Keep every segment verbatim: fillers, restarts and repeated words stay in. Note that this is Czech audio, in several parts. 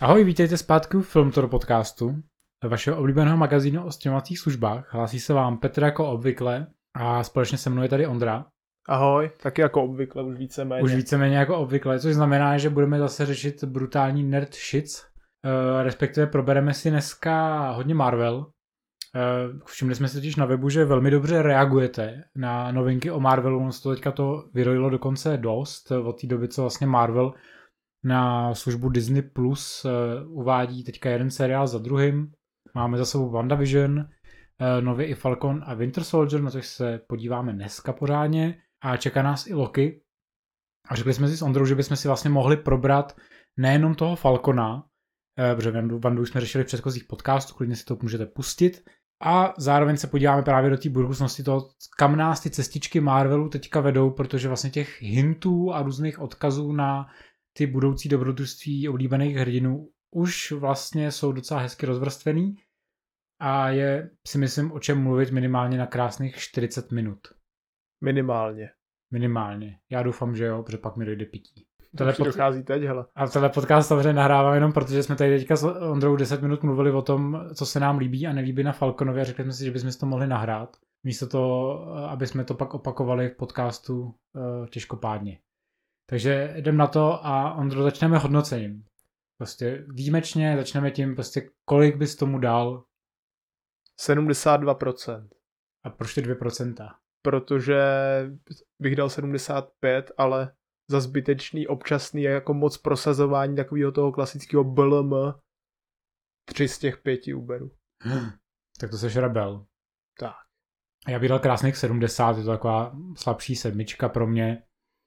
Ahoj, vítejte zpátky u Filmtor podcastu, vašeho oblíbeného magazínu o streamovacích službách. Hlásí se vám Petr jako obvykle a společně se mnou je tady Ondra. Ahoj, taky jako obvykle, už víceméně. Už víceméně jako obvykle, což znamená, že budeme zase řešit brutální nerd shits, respektive probereme si dneska hodně Marvel. Všimli jsme si totiž na webu, že velmi dobře reagujete na novinky o Marvelu, ono se to teďka to vyrojilo dokonce dost od té doby, co vlastně Marvel na službu Disney Plus uvádí teďka jeden seriál za druhým. Máme za sebou WandaVision, nově i Falcon a Winter Soldier, na což se podíváme dneska pořádně. A čeká nás i Loki. A řekli jsme si s Ondrou, že bychom si vlastně mohli probrat nejenom toho Falcona, protože Wandu už jsme řešili v předchozích podcastů, klidně si to můžete pustit. A zároveň se podíváme právě do té budoucnosti toho, kam nás ty cestičky Marvelu teďka vedou, protože vlastně těch hintů a různých odkazů na ty budoucí dobrodružství oblíbených hrdinů už vlastně jsou docela hezky rozvrstvený a je, si myslím, o čem mluvit minimálně na krásných čtyřicet minut. Minimálně. Minimálně. Já doufám, že jo, protože pak mi dojde pití. To pod... dochází teď, hele. A tenhle podcast samozřejmě nahrávám jenom protože jsme tady teďka s Ondrou deset minut mluvili o tom, co se nám líbí a nelíbí na Falconovi a řekli jsme si, že bychom si to mohli nahrát. Místo toho, aby jsme to pak opakovali v podcastu uh, těžkopádně. Takže jdem na to a Ondro, začneme hodnocením. Prostě výjimečně začneme tím, prostě kolik bys tomu dal? sedmdesát dva procent. A proč ty dvě procenta? Protože bych dal sedmdesát pět, ale za zbytečný, občasný jako moc prosazování takového toho klasického B L M tři z těch pěti uberu. Hmm. Tak to seš rebel. Tak. A já bych dal krásných sedmdesát, je to taková slabší sedmička pro mě.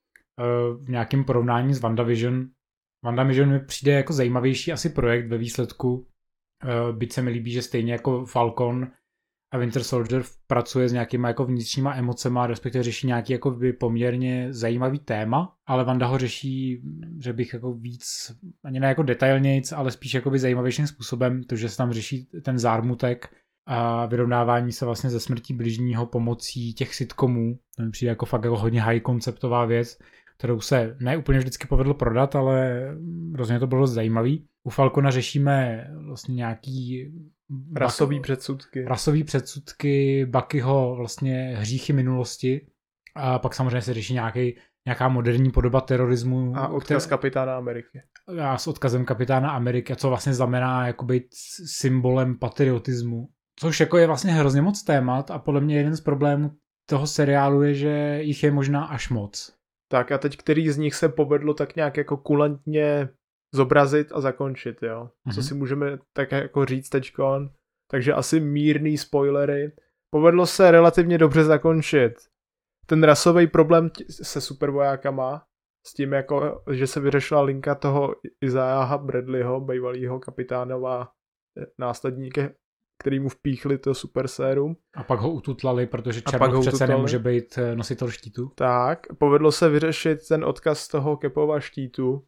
V nějakém porovnání s WandaVision. WandaVision mi přijde jako zajímavější asi projekt ve výsledku. Byť se mi líbí, že stejně jako Falcon a Winter Soldier pracuje s nějakýma jako vnitřníma emocema, respektive řeší nějaký jako poměrně zajímavý téma, ale Wanda ho řeší, že bych jako víc, ani ne jako detailnějc, ale spíš jakoby zajímavějším způsobem, to, že se tam řeší ten zármutek a vyrovnávání se vlastně ze smrtí bližního pomocí těch sitcomů. To mi přijde jako fakt jako hodně high konceptová věc, kterou se ne úplně vždycky povedlo prodat, ale rozhodně to bylo dost zajímavý. U Falcona řešíme vlastně nějaký rasový předsudky. Rasový předsudky, Buckyho vlastně hříchy minulosti a pak samozřejmě se řeší nějaký, nějaká moderní podoba terorismu. A odkaz které, kapitána Ameriky. A s odkazem kapitána Ameriky, a co vlastně znamená jako být symbolem patriotismu. Což jako je vlastně hrozně moc témat a podle mě jeden z problémů toho seriálu je, že jich je možná až moc. Tak a teď který z nich se povedlo tak nějak jako kulantně zobrazit a zakončit, jo. Mm-hmm. Co si můžeme tak jako říct teďkon. Takže asi mírný spoilery. Povedlo se relativně dobře zakončit ten rasový problém se supervojákama, s tím jako, že se vyřešila linka toho Isaiaha Bradleyho, bývalýho kapitánova následníka, který mu vpíchli to super sérum. A pak ho ututlali, protože Černoch přece nemůže být nositel štítu. Tak, povedlo se vyřešit ten odkaz toho Capova štítu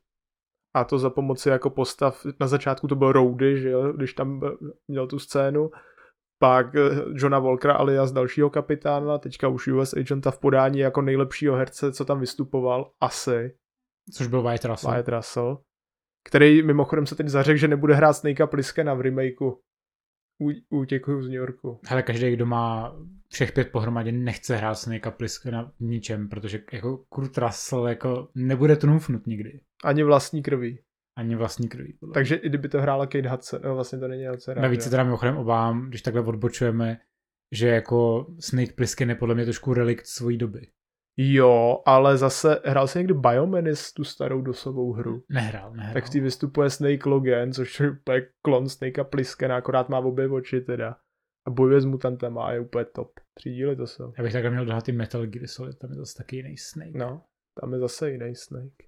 a to za pomoci jako postav, na začátku to byl Rhodey, že jo, když tam měl tu scénu, pak Johna Walkera alias dalšího kapitána, teďka už U S agenta v podání jako nejlepšího herce, co tam vystupoval, asi. Což byl Wyatt Russell. Wyatt Russell, který mimochodem se teď zařekl, že nebude hrát Snakea Plisskenna v remakeu Útěku z New Yorku. Hele, každý, kdo má všech pět pohromadě, nechce hrát Snakea Plisskenna v ničem, protože jako Kurt Russell jako nebude trumfnut nikdy. Ani vlastní krví. Ani vlastní krví. Takže i kdyby to hrála Kate Hudson, no vlastně to není dcera. Navíc se teda mimochodem obávám, když takhle odbočujeme, že jako Snake Plissken je podle mě trošku relikt svojí doby. Jo, ale zase hrál se někdy Biomenace, tu starou dosovou hru. Nehrál, nehrál. Tak v té vystupuje Snake Logan, což je úplně klon Snakea Plisskenna, akorát má obě oči teda. A bojuje s mutantama a je úplně top. Tři díly to jsou. Já bych takhle měl dohat i Metal Gear Solid, tam je zase taky jiný Snake. No, tam je zase jiný Snake.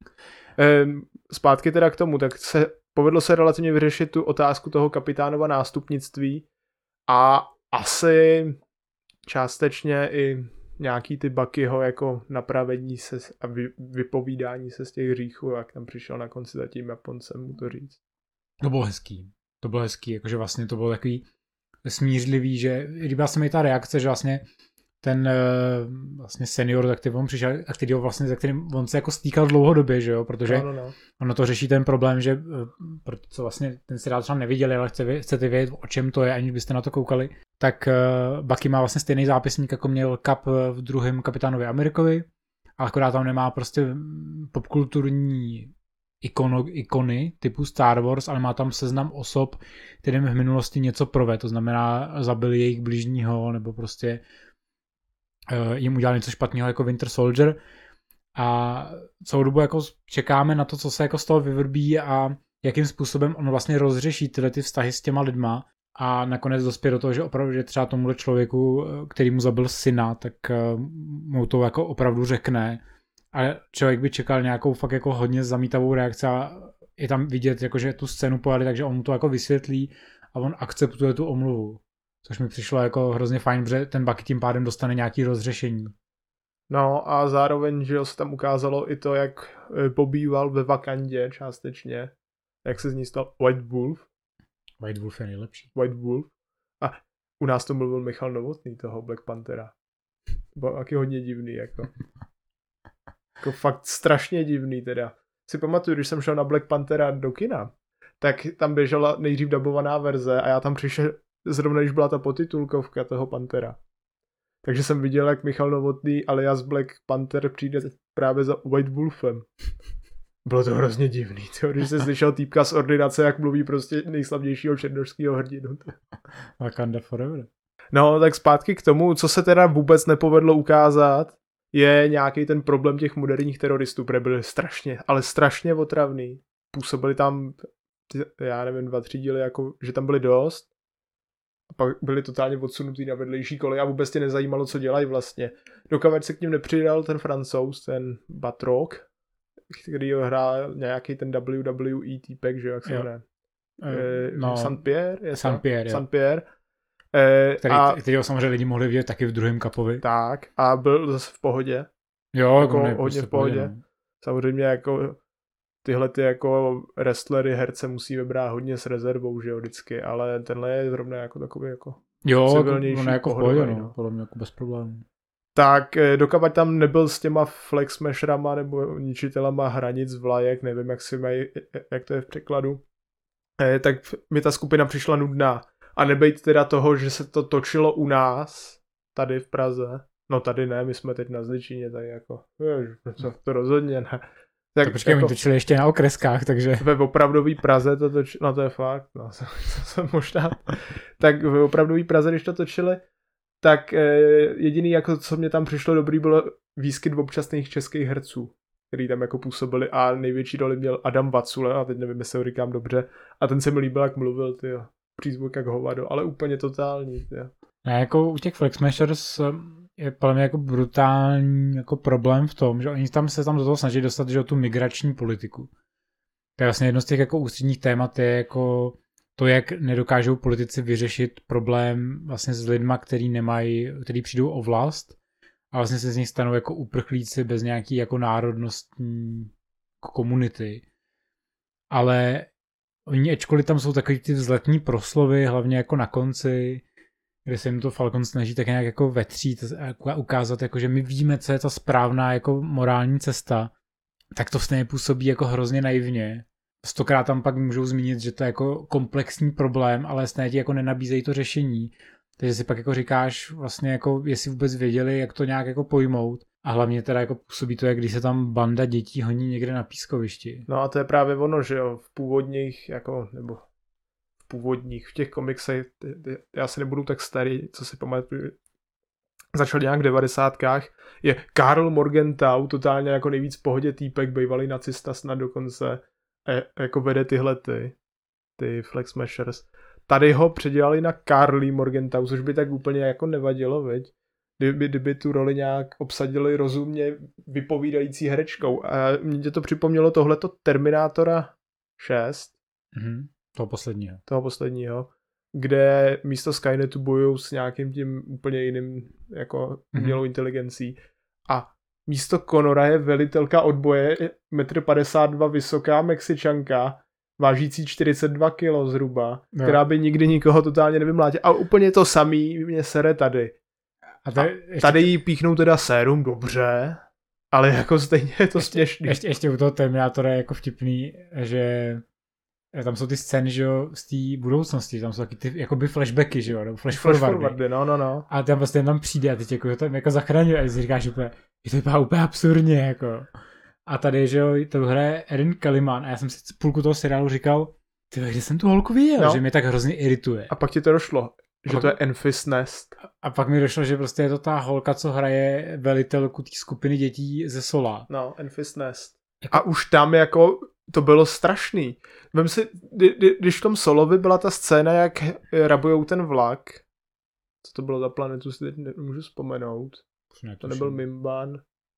ehm, zpátky teda k tomu, tak se povedlo se relativně vyřešit tu otázku toho kapitánova nástupnictví a asi částečně i nějaký ty Buckyho jako napravení se a vy, vypovídání se z těch hříchů, jak tam přišel na konci za tím Japoncem mu to říct. To bylo hezký. To bylo hezký, jakože vlastně to bylo takový smířlivý, že líbila se mi ta reakce, že vlastně ten uh, vlastně senior, tak on přišel, a který vlastně, za kterým on se jako stýkal dlouhodobě, že jo, protože no, no, no. ono to řeší ten problém, že uh, co vlastně ten seriál třeba neviděli, ale chce, chcete vědět, o čem to je, aniž byste na to koukali, tak uh, Bucky má vlastně stejný zápisník, jako měl Cap v druhém Kapitánovi Amerikovi, ale akorát tam nemá prostě popkulturní ikono, ikony typu Star Wars, ale má tam seznam osob, kterým v minulosti něco prové, to znamená zabili jejich bližního, nebo prostě uh, jim udělali něco špatného jako Winter Soldier a celou dobu jako čekáme na to, co se jako z toho vyvrbí a jakým způsobem on vlastně rozřeší tyhle ty vztahy s těma lidma a nakonec dospěje do toho, že opravdu, že třeba tomuhle člověku, který mu zabil syna, tak uh, mu to jako opravdu řekne. A člověk by čekal nějakou fakt jako hodně zamítavou reakci a je tam vidět, jako, že tu scénu pojali, takže on mu to jako vysvětlí a on akceptuje tu omluvu. Což mi přišlo jako hrozně fajn, protože ten Bucky tím pádem dostane nějaký rozřešení. No a zároveň, že se tam ukázalo i to, jak pobýval ve Wakandě částečně. Jak se z ní stal White Wolf. White Wolf je nejlepší. White Wolf. A u nás to mluvil Michal Novotný, toho Black Panthera. Byl taky hodně divný, jako. Jako fakt strašně divný teda. Si pamatuju, když jsem šel na Black Panthera do kina, tak tam běžela nejdřív dabovaná verze a já tam přišel zrovna, když byla ta potitulkovka toho Panthera. Takže jsem viděl, jak Michal Novotný alias Black Panther přijde právě za White Wolfem. Bylo to hrozně divný, to, když jsi slyšel týpka z ordinace, jak mluví prostě nejslavnějšího černošského hrdinu. Wakanda forever. No, tak zpátky k tomu, co se teda vůbec nepovedlo ukázat, je nějaký ten problém těch moderních teroristů, které byly strašně, ale strašně otravný. Působili tam, já nevím, dva, tři díly, jako, že tam byly dost. A pak byli totálně odsunutý na vedlejší kolej a vůbec tě nezajímalo, co dělají vlastně. Dokud se k ním nepřidal ten Francouz, ten Batroc, který ho hrál nějaký ten W W E týpek, že jak se jmenuje. E, no, Saint-Pierre? Saint-Pierre, Saint-Pierre. E, který, a, kterýho samozřejmě lidi mohli vidět taky v druhém Kapovi. Tak, a byl zase v pohodě. Jo, jako hodně prostě v pohodě. No. Samozřejmě jako tyhle ty jako wrestlery, herce musí vybrat hodně s rezervou, že jo, vždycky, ale tenhle je zrovna jako takový jako jo, civilnější, jako v pohodě, no, podle mě jako bez problémů. Tak dokud tam nebyl s těma flex smasherama nebo ničitelama hranic vlajek, nevím, jak si mají, jak to je v překladu, tak mi ta skupina přišla nudná. A nebejt teda toho, že se to točilo u nás, tady v Praze. No tady ne, my jsme teď na Zličině, tak jako, jež, to, to rozhodně ne. Tak, tak počkej, jako, my točili ještě na okreskách, takže... Ve opravdový Praze to točili, no to je fakt, no, to jsem možná... tak ve opravdový Praze, když to točili, tak eh, jediný, jako co mě tam přišlo dobrý, bylo výskyt občasných českých herců, který tam jako působili a největší roli měl Adam Vacula, a teď nevím, jestli ho říkám dobře, a ten se mi líbil, jak mluvil, tyjo, přízvuk jak hovado, ale úplně totální, tyjo. Ne, jako u těch Flex Smashers je podle mě jako brutální jako problém v tom, že oni tam se tam do toho snaží dostat, že o tu migrační politiku. To je vlastně jedno z těch jako ústředních témat je jako to, jak nedokážou politici vyřešit problém vlastně s lidma, který nemají, který přijdou o vlast a vlastně se z nich stanou jako uprchlíci bez nějaký jako národnostní komunity. Ale oni, ačkoliv tam jsou takový ty vzletní proslovy, hlavně jako na konci, kde se jim to Falcon snaží tak nějak jako vetřít a ukázat, jako, že my víme, co je ta správná jako morální cesta, tak to stejně působí jako hrozně naivně. Stokrát tam pak můžou zmínit, že to je jako komplexní problém, ale stejně ti jako nenabízejí to řešení. Takže si pak jako říkáš vlastně jako, jestli vůbec věděli, jak to nějak jako pojmout. A hlavně teda jako působí to, jak když se tam banda dětí honí někde na pískovišti. No a to je právě ono, že jo, v původních jako, nebo v původních, v těch komiksech, já si nebudu tak starý, co si pamatuju, začal nějak v devadesátkách, je Karl Morgenthau, totálně jako nejvíc v pohodě týpek, bývalý nacista snad dokonce, a jako vede tyhle ty, ty Flex Smashers. Tady ho předělali na Karlí Morgenthau, což by tak úplně jako nevadilo, viď? Kdyby, kdyby tu roli nějak obsadili rozumně vypovídající herečkou. A mě to připomnělo tohleto Terminátora šest. Mm-hmm. Toho posledního. Toho posledního. Kde místo Skynetu bojují s nějakým tím úplně jiným jako umělou mm-hmm. inteligencí. A místo Connora je velitelka odboje metr padesát dva vysoká Mexičanka, vážící čtyřicet dva kilo zhruba, no. Která by nikdy nikoho totálně nevymlátila. A úplně to samý mě sere tady. A tady, a tady jí píchnou teda sérum, dobře, ale jako stejně je to ještě, směšný. Ještě, ještě u toho Terminátora je jako vtipný, že tam jsou ty scény, že jo, z té budoucnosti, tam jsou taky ty jakoby flashbacky, že jo, nebo flash, flash forwardy. forwardy. no, no, no. A tam vlastně tam přijde a teď jako, tam jako zachraňuje a si říkáš úplně, je to vypadá úplně absurdně, jako. A tady, že jo, to hraje Erin Kellyman a já jsem si půlku toho seriálu říkal, ty, kde jsem tu holku viděl, no. Že mě tak hrozně irituje. A pak ti to došlo, že pak, to je Enfys Nest. A pak mi došlo, že prostě je to ta holka, co hraje velitelku té skupiny dětí ze Sola. No, Enfys Nest. Jako... A už tam jako to bylo strašný. Vem si, když v tom Solovi byla ta scéna, jak rabujou ten vlak, co to bylo za planetu, si teď nemůžu vzpomenout. To nebyl Mimban.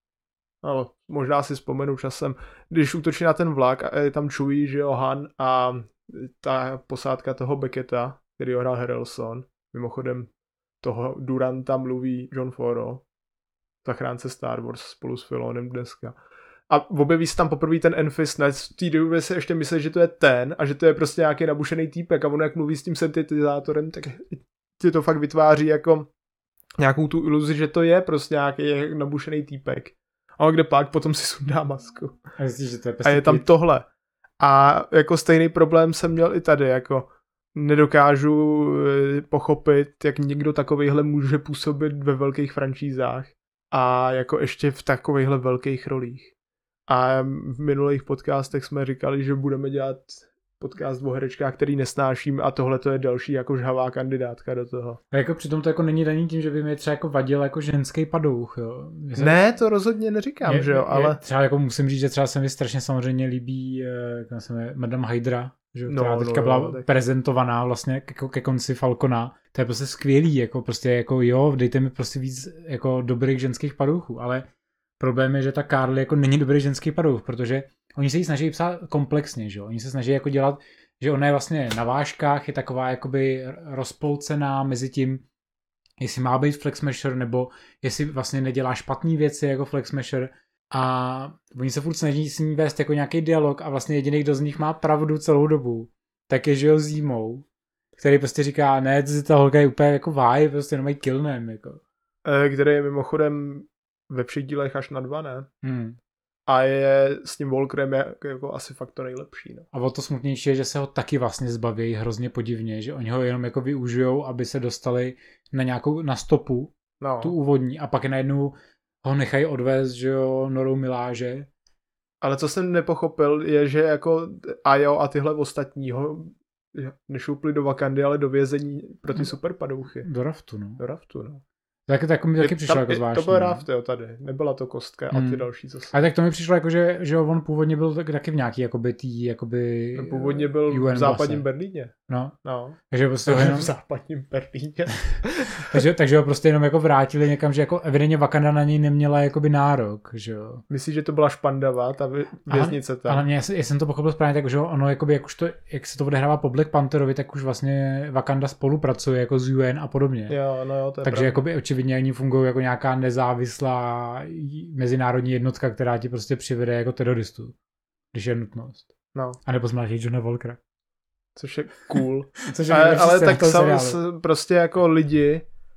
Ale možná si vzpomenu časem. Když útočí na ten vlak a je tam Chewie, že jo, Han a ta posádka toho Becketa, který ho hrál Harrelson. Mimochodem toho Duranta mluví John Favreau, zachránce Star Wars spolu s Filonem dneska. A objeví se tam poprvé ten Enfys Nest. V té době se ještě myslí, že to je ten a že to je prostě nějaký nabušený týpek a on jak mluví s tím syntetizátorem, tak ti to fakt vytváří jako nějakou tu iluzi, že to je prostě nějaký nabušený týpek. A kde pak potom si sundá masku. A, myslíš, že to je, a je tam tohle. A jako stejný problém jsem měl i tady, jako nedokážu pochopit, jak někdo takovejhle může působit ve velkých franšízách a jako ještě v takovejhle velkých rolích. A v minulých podcastech jsme říkali, že budeme dělat podcast o herečkách, který nesnáším a tohle to je další jako žhavá kandidátka do toho. A jako přitom to jako není daný tím, že by mi třeba jako vadil jako ženský padouch, jo. Jsem... Ne, to rozhodně neříkám, je, že jo, ale... Je, třeba jako musím říct, že třeba se mi strašně samozřejmě líbí, jak se jmenuje, Madame Hydra, že, která no, teďka no, byla no, tak... prezentovaná vlastně ke, ke konci Falcona. To je prostě skvělý, jako prostě jako jo, dejte mi prostě víc jako dobrých ženských padouchů, ale problém je, že ta Carly jako není dobrý ženský padouch, protože oni se ji snaží psát komplexně, že jo? Oni se snaží jako dělat, že ona je vlastně na vážkách, je taková jakoby rozpolcená mezi tím, jestli má být flexmasher, nebo jestli vlastně nedělá špatný věci jako flexmasher. A oni se furt snaží s ní vést jako nějaký dialog a vlastně jediný, kdo z nich má pravdu celou dobu, tak je, že jo, Zímou, který prostě říká, ne, ta holka je úplně jako váj, prostě nemají killnem, jako. Který je mimochodem ve všech dílech až na dva, ne? Hmm. A je s tím Volkerem je, jako asi fakt to nejlepší. No. A o to smutnější je, že se ho taky vlastně zbaví hrozně podivně, že oni ho jenom jako využijou, aby se dostali na nějakou, na stopu, no. Tu úvodní, a pak najednou ho nechají odvést, že jo, Norou Miláže. Ale co jsem nepochopil, je, že jako Ajo a tyhle ostatní ho nešoupli do Wakandy, ale do vězení pro ty no. superpadouchy. Do raftu, no. Do raftu, no. Tak, tak mi taky přišlo jako zvláštní. To byl raft, jo, tady. Nebyla to kostka hmm. a ty další, co se... Ale tak to mi přišlo jako, že, že on původně byl tak, taky v nějaký, jakoby tý, jakoby... No, původně byl U N v západním base. Berlíně. No. No. Takže prostě ho jenom... v západním Berlíně. takže, takže ho prostě jenom jako vrátili někam, že jako evidentně Wakanda na něj neměla jakoby nárok, že jo. Myslíš, že to byla Špandava, ta věznice tam? Ale mě, já jsem to pochopil správně tak, že ono jakoby, jak už to, jak se to odehrává po Black Pantherovi, tak už vlastně Wakanda spolupracuje jako s U N a podobně. Jo, no jo, to je takže pravda. Jakoby očividně oni fungují jako nějaká nezávislá mezinárodní jednotka, která ti prostě přivede jako teroristu, když je nutnost. No. A nebo zmlátit Johna Walkera. Což je cool. Což je ale ale tak sam, prostě jako lidi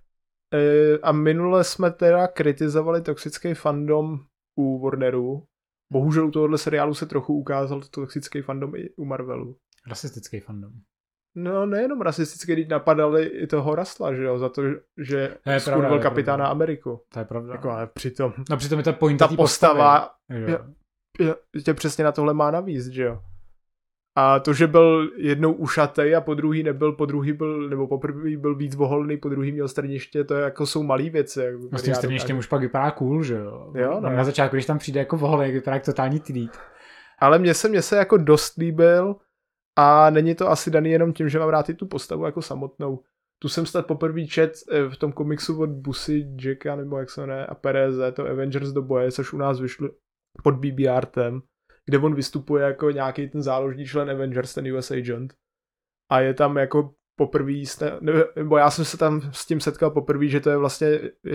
e, a minule jsme teda kritizovali toxický fandom u Warneru. Bohužel u tohohle seriálu se trochu ukázal toxický fandom i u Marvelu. Rasistický fandom. No nejenom rasistický, když napadali i toho Rasla, že jo, za to, že skurvil kapitána Ameriku. To je pravda. Jako, ale přitom, no, přitom je ta pointa ta postava je, je, tě přesně na tohle má navíc, že jo. A to, že byl jednou ušatej a po druhý nebyl, po druhý byl, nebo po prvý byl víc voholný, po druhý měl strniště, to je jako jsou malý věci. Jako no s tím strništěm už pak vypadá cool, že jo. Jo, no. Na začátku, když tam přijde jako voholej, vypadá jako totální týdít. Ale mně se, mně se jako dost líbil a není to asi daný jenom tím, že mám rád i tu postavu jako samotnou. Tu jsem snad poprvý čet v tom komiksu od Busy Jacka, nebo jak se jmenuje, a Pereze, to Avengers do boje, což u nás vyšlo pod B B Artem, kde on vystupuje jako nějaký ten záložní člen Avengers, ten U S Agent. A je tam jako poprvý, nebo já jsem se tam s tím setkal poprvé, že to je vlastně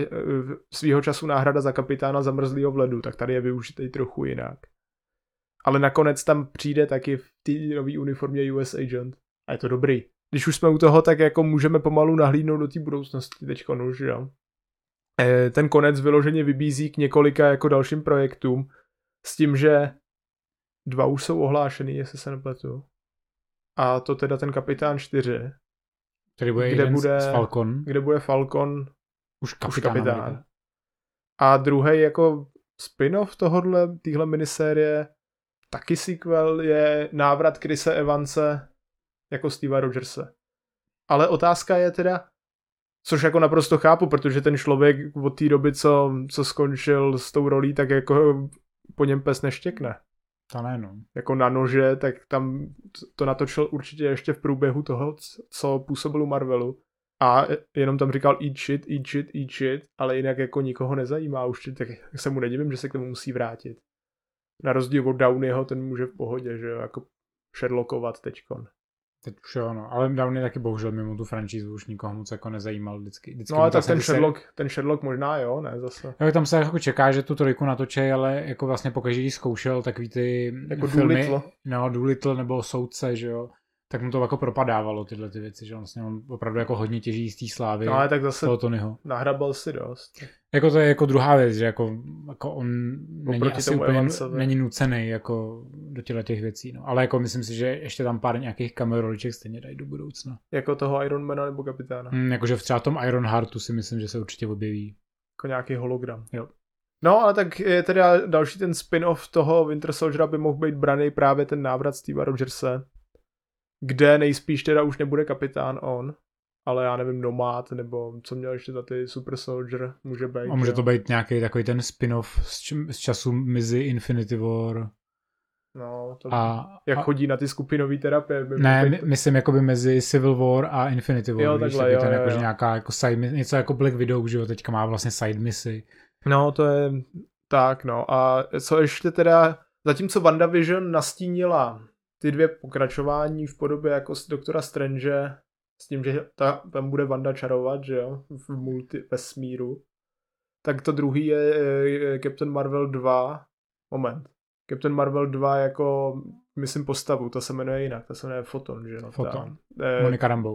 svýho času náhrada za kapitána zamrzlýho v ledu, tak tady je využitý trochu jinak. Ale nakonec tam přijde taky v té nové uniformě U S Agent. A je to dobrý. Když už jsme u toho, tak jako můžeme pomalu nahlídnout do té budoucnosti teďko, no, že jo. ten konec vyloženě vybízí k několika jako dalším projektům s tím, že dva už jsou ohlášený, jestli se nepletu. A to teda ten Kapitán čtyři. Který bude kde bude, z Falcon. Kde bude Falcon už kapitán. Už kapitán. A druhý jako spin-off tohodle, téhle minisérie, taky sequel, je návrat Chrise Evanse jako Steva Rogerse. Ale otázka je teda, což jako naprosto chápu, protože ten člověk od té doby, co, co skončil s tou rolí, tak jako po něm pes neštěkne. To ne, no. Jako na nože, tak tam to natočil určitě ještě v průběhu toho, co působil u Marvelu. A jenom tam říkal eat shit, eat shit, eat shit, ale jinak jako nikoho nezajímá už, tak se mu nedivím, že se k tomu musí vrátit. Na rozdíl od Downeyho, ten může v pohodě, že jo, jako Sherlockovat teďkon. Teď už jo, no, ale Downey taky bohužel mimo tu franšízu už nikoho moc jako nezajímal vždycky. vždycky no ale tak ten Sherlock, se... ten Sherlock možná jo, ne zase. Jo, tam se jako čeká, že tu trojku natočej, ale jako vlastně pokaždý zkoušel takový ty jako filmy, Doolittle. No Doolittle nebo Soudce, že jo, tak mu to jako propadávalo tyhle ty věci, že vlastně on opravdu jako hodně těží z té slávy. No ale tak zase toho Tonyho. Nahrabal si dost. Jako to je jako druhá věc, že jako, jako on není asi úplně Evansovi. Není nucený jako do těchto těch věcí, no. Ale jako myslím si, že ještě tam pár nějakých cameo roliček stejně dají do budoucna. Jako toho Ironmana nebo Kapitána? Hmm, jakože v třeba tom Ironheartu si myslím, že se určitě objeví. Jako nějaký hologram. Jo. No, ale tak je teda další ten spin-off toho Winter Soldiera by mohl být braný právě ten návrat Steva Rogerse, kde nejspíš teda už nebude kapitán on, ale já nevím, Nomad, nebo co měl ještě za ty Super Soldier, může být. A může jo? to být nějaký takový ten spin-off z, č- z času mezi Infinity War. No, to a, jak a, chodí na ty skupinové terapie. By ne, být... myslím jakoby mezi Civil War a Infinity War. Jo, víš, takhle, jo, ten, jo, jako, jo. že nějaká jako side, něco jako Black Widow, že jo, teďka má vlastně side misi. No, to je tak, no. A co ještě teda, zatímco WandaVision nastínila ty dvě pokračování v podobě jako z Doktora Strange, s tím, že ta, tam bude Wanda čarovat, že jo, v multi vesmíru, tak to druhý je, je Captain Marvel dva, moment, Captain Marvel dva jako, myslím, postavu, to se jmenuje jinak, to se jmenuje Photon, že jo. Photon, eh, Monica Rambeau.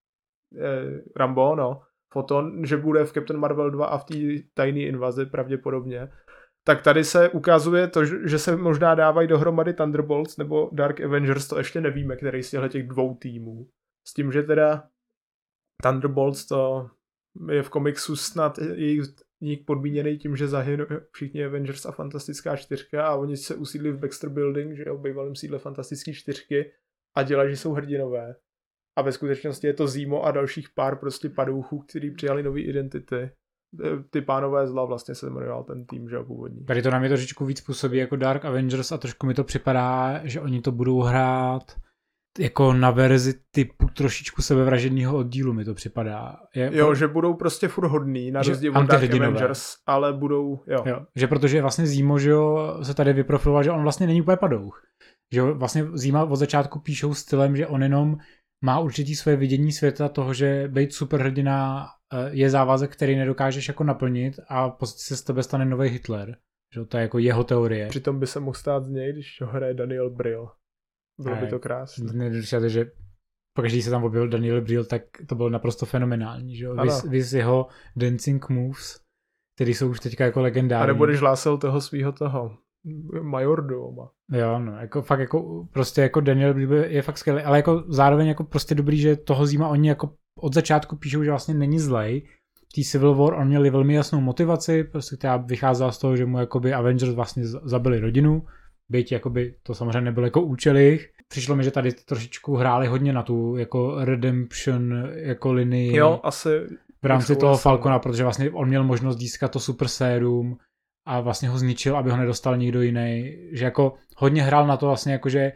Eh, Rambo, no, Photon, že bude v Captain Marvel dva a v té tajné invazi pravděpodobně. Tak tady se ukazuje to, že se možná dávají dohromady Thunderbolts nebo Dark Avengers, to ještě nevíme, který z těch dvou týmů. S tím, že teda Thunderbolts to je v komiksu snad jejich vznik podmíněný tím, že zahynou všichni Avengers a Fantastická čtyřka a oni se usídli v Baxter Building, že je v bývalém sídle Fantastické čtyřky a dělají, že jsou hrdinové. A ve skutečnosti je to Zemo a dalších pár prostě padouchů, kteří přijali nové identity. Ty pánové zla vlastně se jmenoval ten tým, že jo, původní. Tady to na mě trošičku víc působí jako Dark Avengers a trošku mi to připadá, že oni to budou hrát jako na verzi typu trošičku sebevražedného oddílu mi to připadá. Je, jo, že budou prostě furt hodný, na rozdíl od Dark Avengers, ale budou, jo. jo. Že protože vlastně Zemo, že jo, se tady vyprofiloval, že on vlastně není úplně padouch. Že jo, vlastně Zema od začátku píšou stylem, že on jenom má určitý své vidění světa toho, že být superhrdina je závazek, který nedokážeš jako naplnit a prostě se z tebe stane nový Hitler. Že to je jako jeho teorie. Přitom by se mohl stát z něj, když ho hraje Daniel Brühl. Bylo by to krásné. Nedočítáte, že pokaždý se tam objevil Daniel Brühl, tak to bylo naprosto fenomenální. Že? Vys, vys jeho dancing moves, který jsou už teďka jako legendární. A nebudeš hlásal toho svýho toho majordoma. Jo, no, jako fakt jako prostě jako Daniel Brühl je fakt skvělý, ale jako zároveň jako prostě dobrý, že toho Zema oni jako od začátku píšou, že vlastně není zlej. V té Civil War on měli velmi jasnou motivaci, prostě která vycházela z toho, že mu jakoby Avengers vlastně zabili rodinu, byť jakoby to samozřejmě nebylo jako účelých. Přišlo mi, že tady trošičku hráli hodně na tu jako redemption jako linii. Jo, asi v rámci toho Falcona, protože vlastně on měl možnost získat to super sérum a vlastně ho zničil, aby ho nedostal nikdo jiný. Že jako hodně hrál na to vlastně jako, že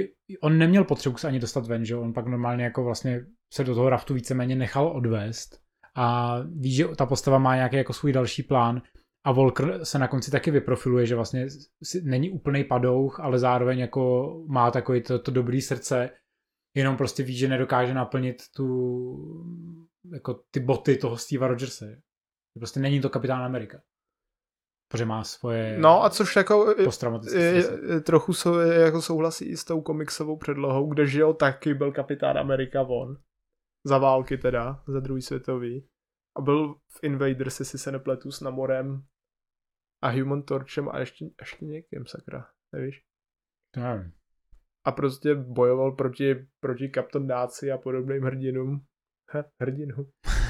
on neměl potřebu se ani dostat ven, že on pak normálně jako vlastně se do toho raftu víceméně nechal odvést a ví, že ta postava má nějaký jako svůj další plán a Walker se na konci taky vyprofiluje, že vlastně není úplnej padouch, ale zároveň jako má takový to, to dobrý srdce, jenom prostě ví, že nedokáže naplnit tu jako ty boty toho Steva Rogerse. Prostě není to Kapitán Amerika. Protože má svoje no a což jako posttraumatické trochu sou, jako souhlasí i s tou komiksovou předlohou, kde že jo taky byl Kapitán Amerika on. Za války teda, za druhý světový. A byl v Invaders, jestli se nepletu, s Namorem a Human Torchem a ještě, ještě někým, sakra, nevíš? To nevím. A prostě bojoval proti, proti Kapitán Náci a podobným hrdinům. He, hrdinům.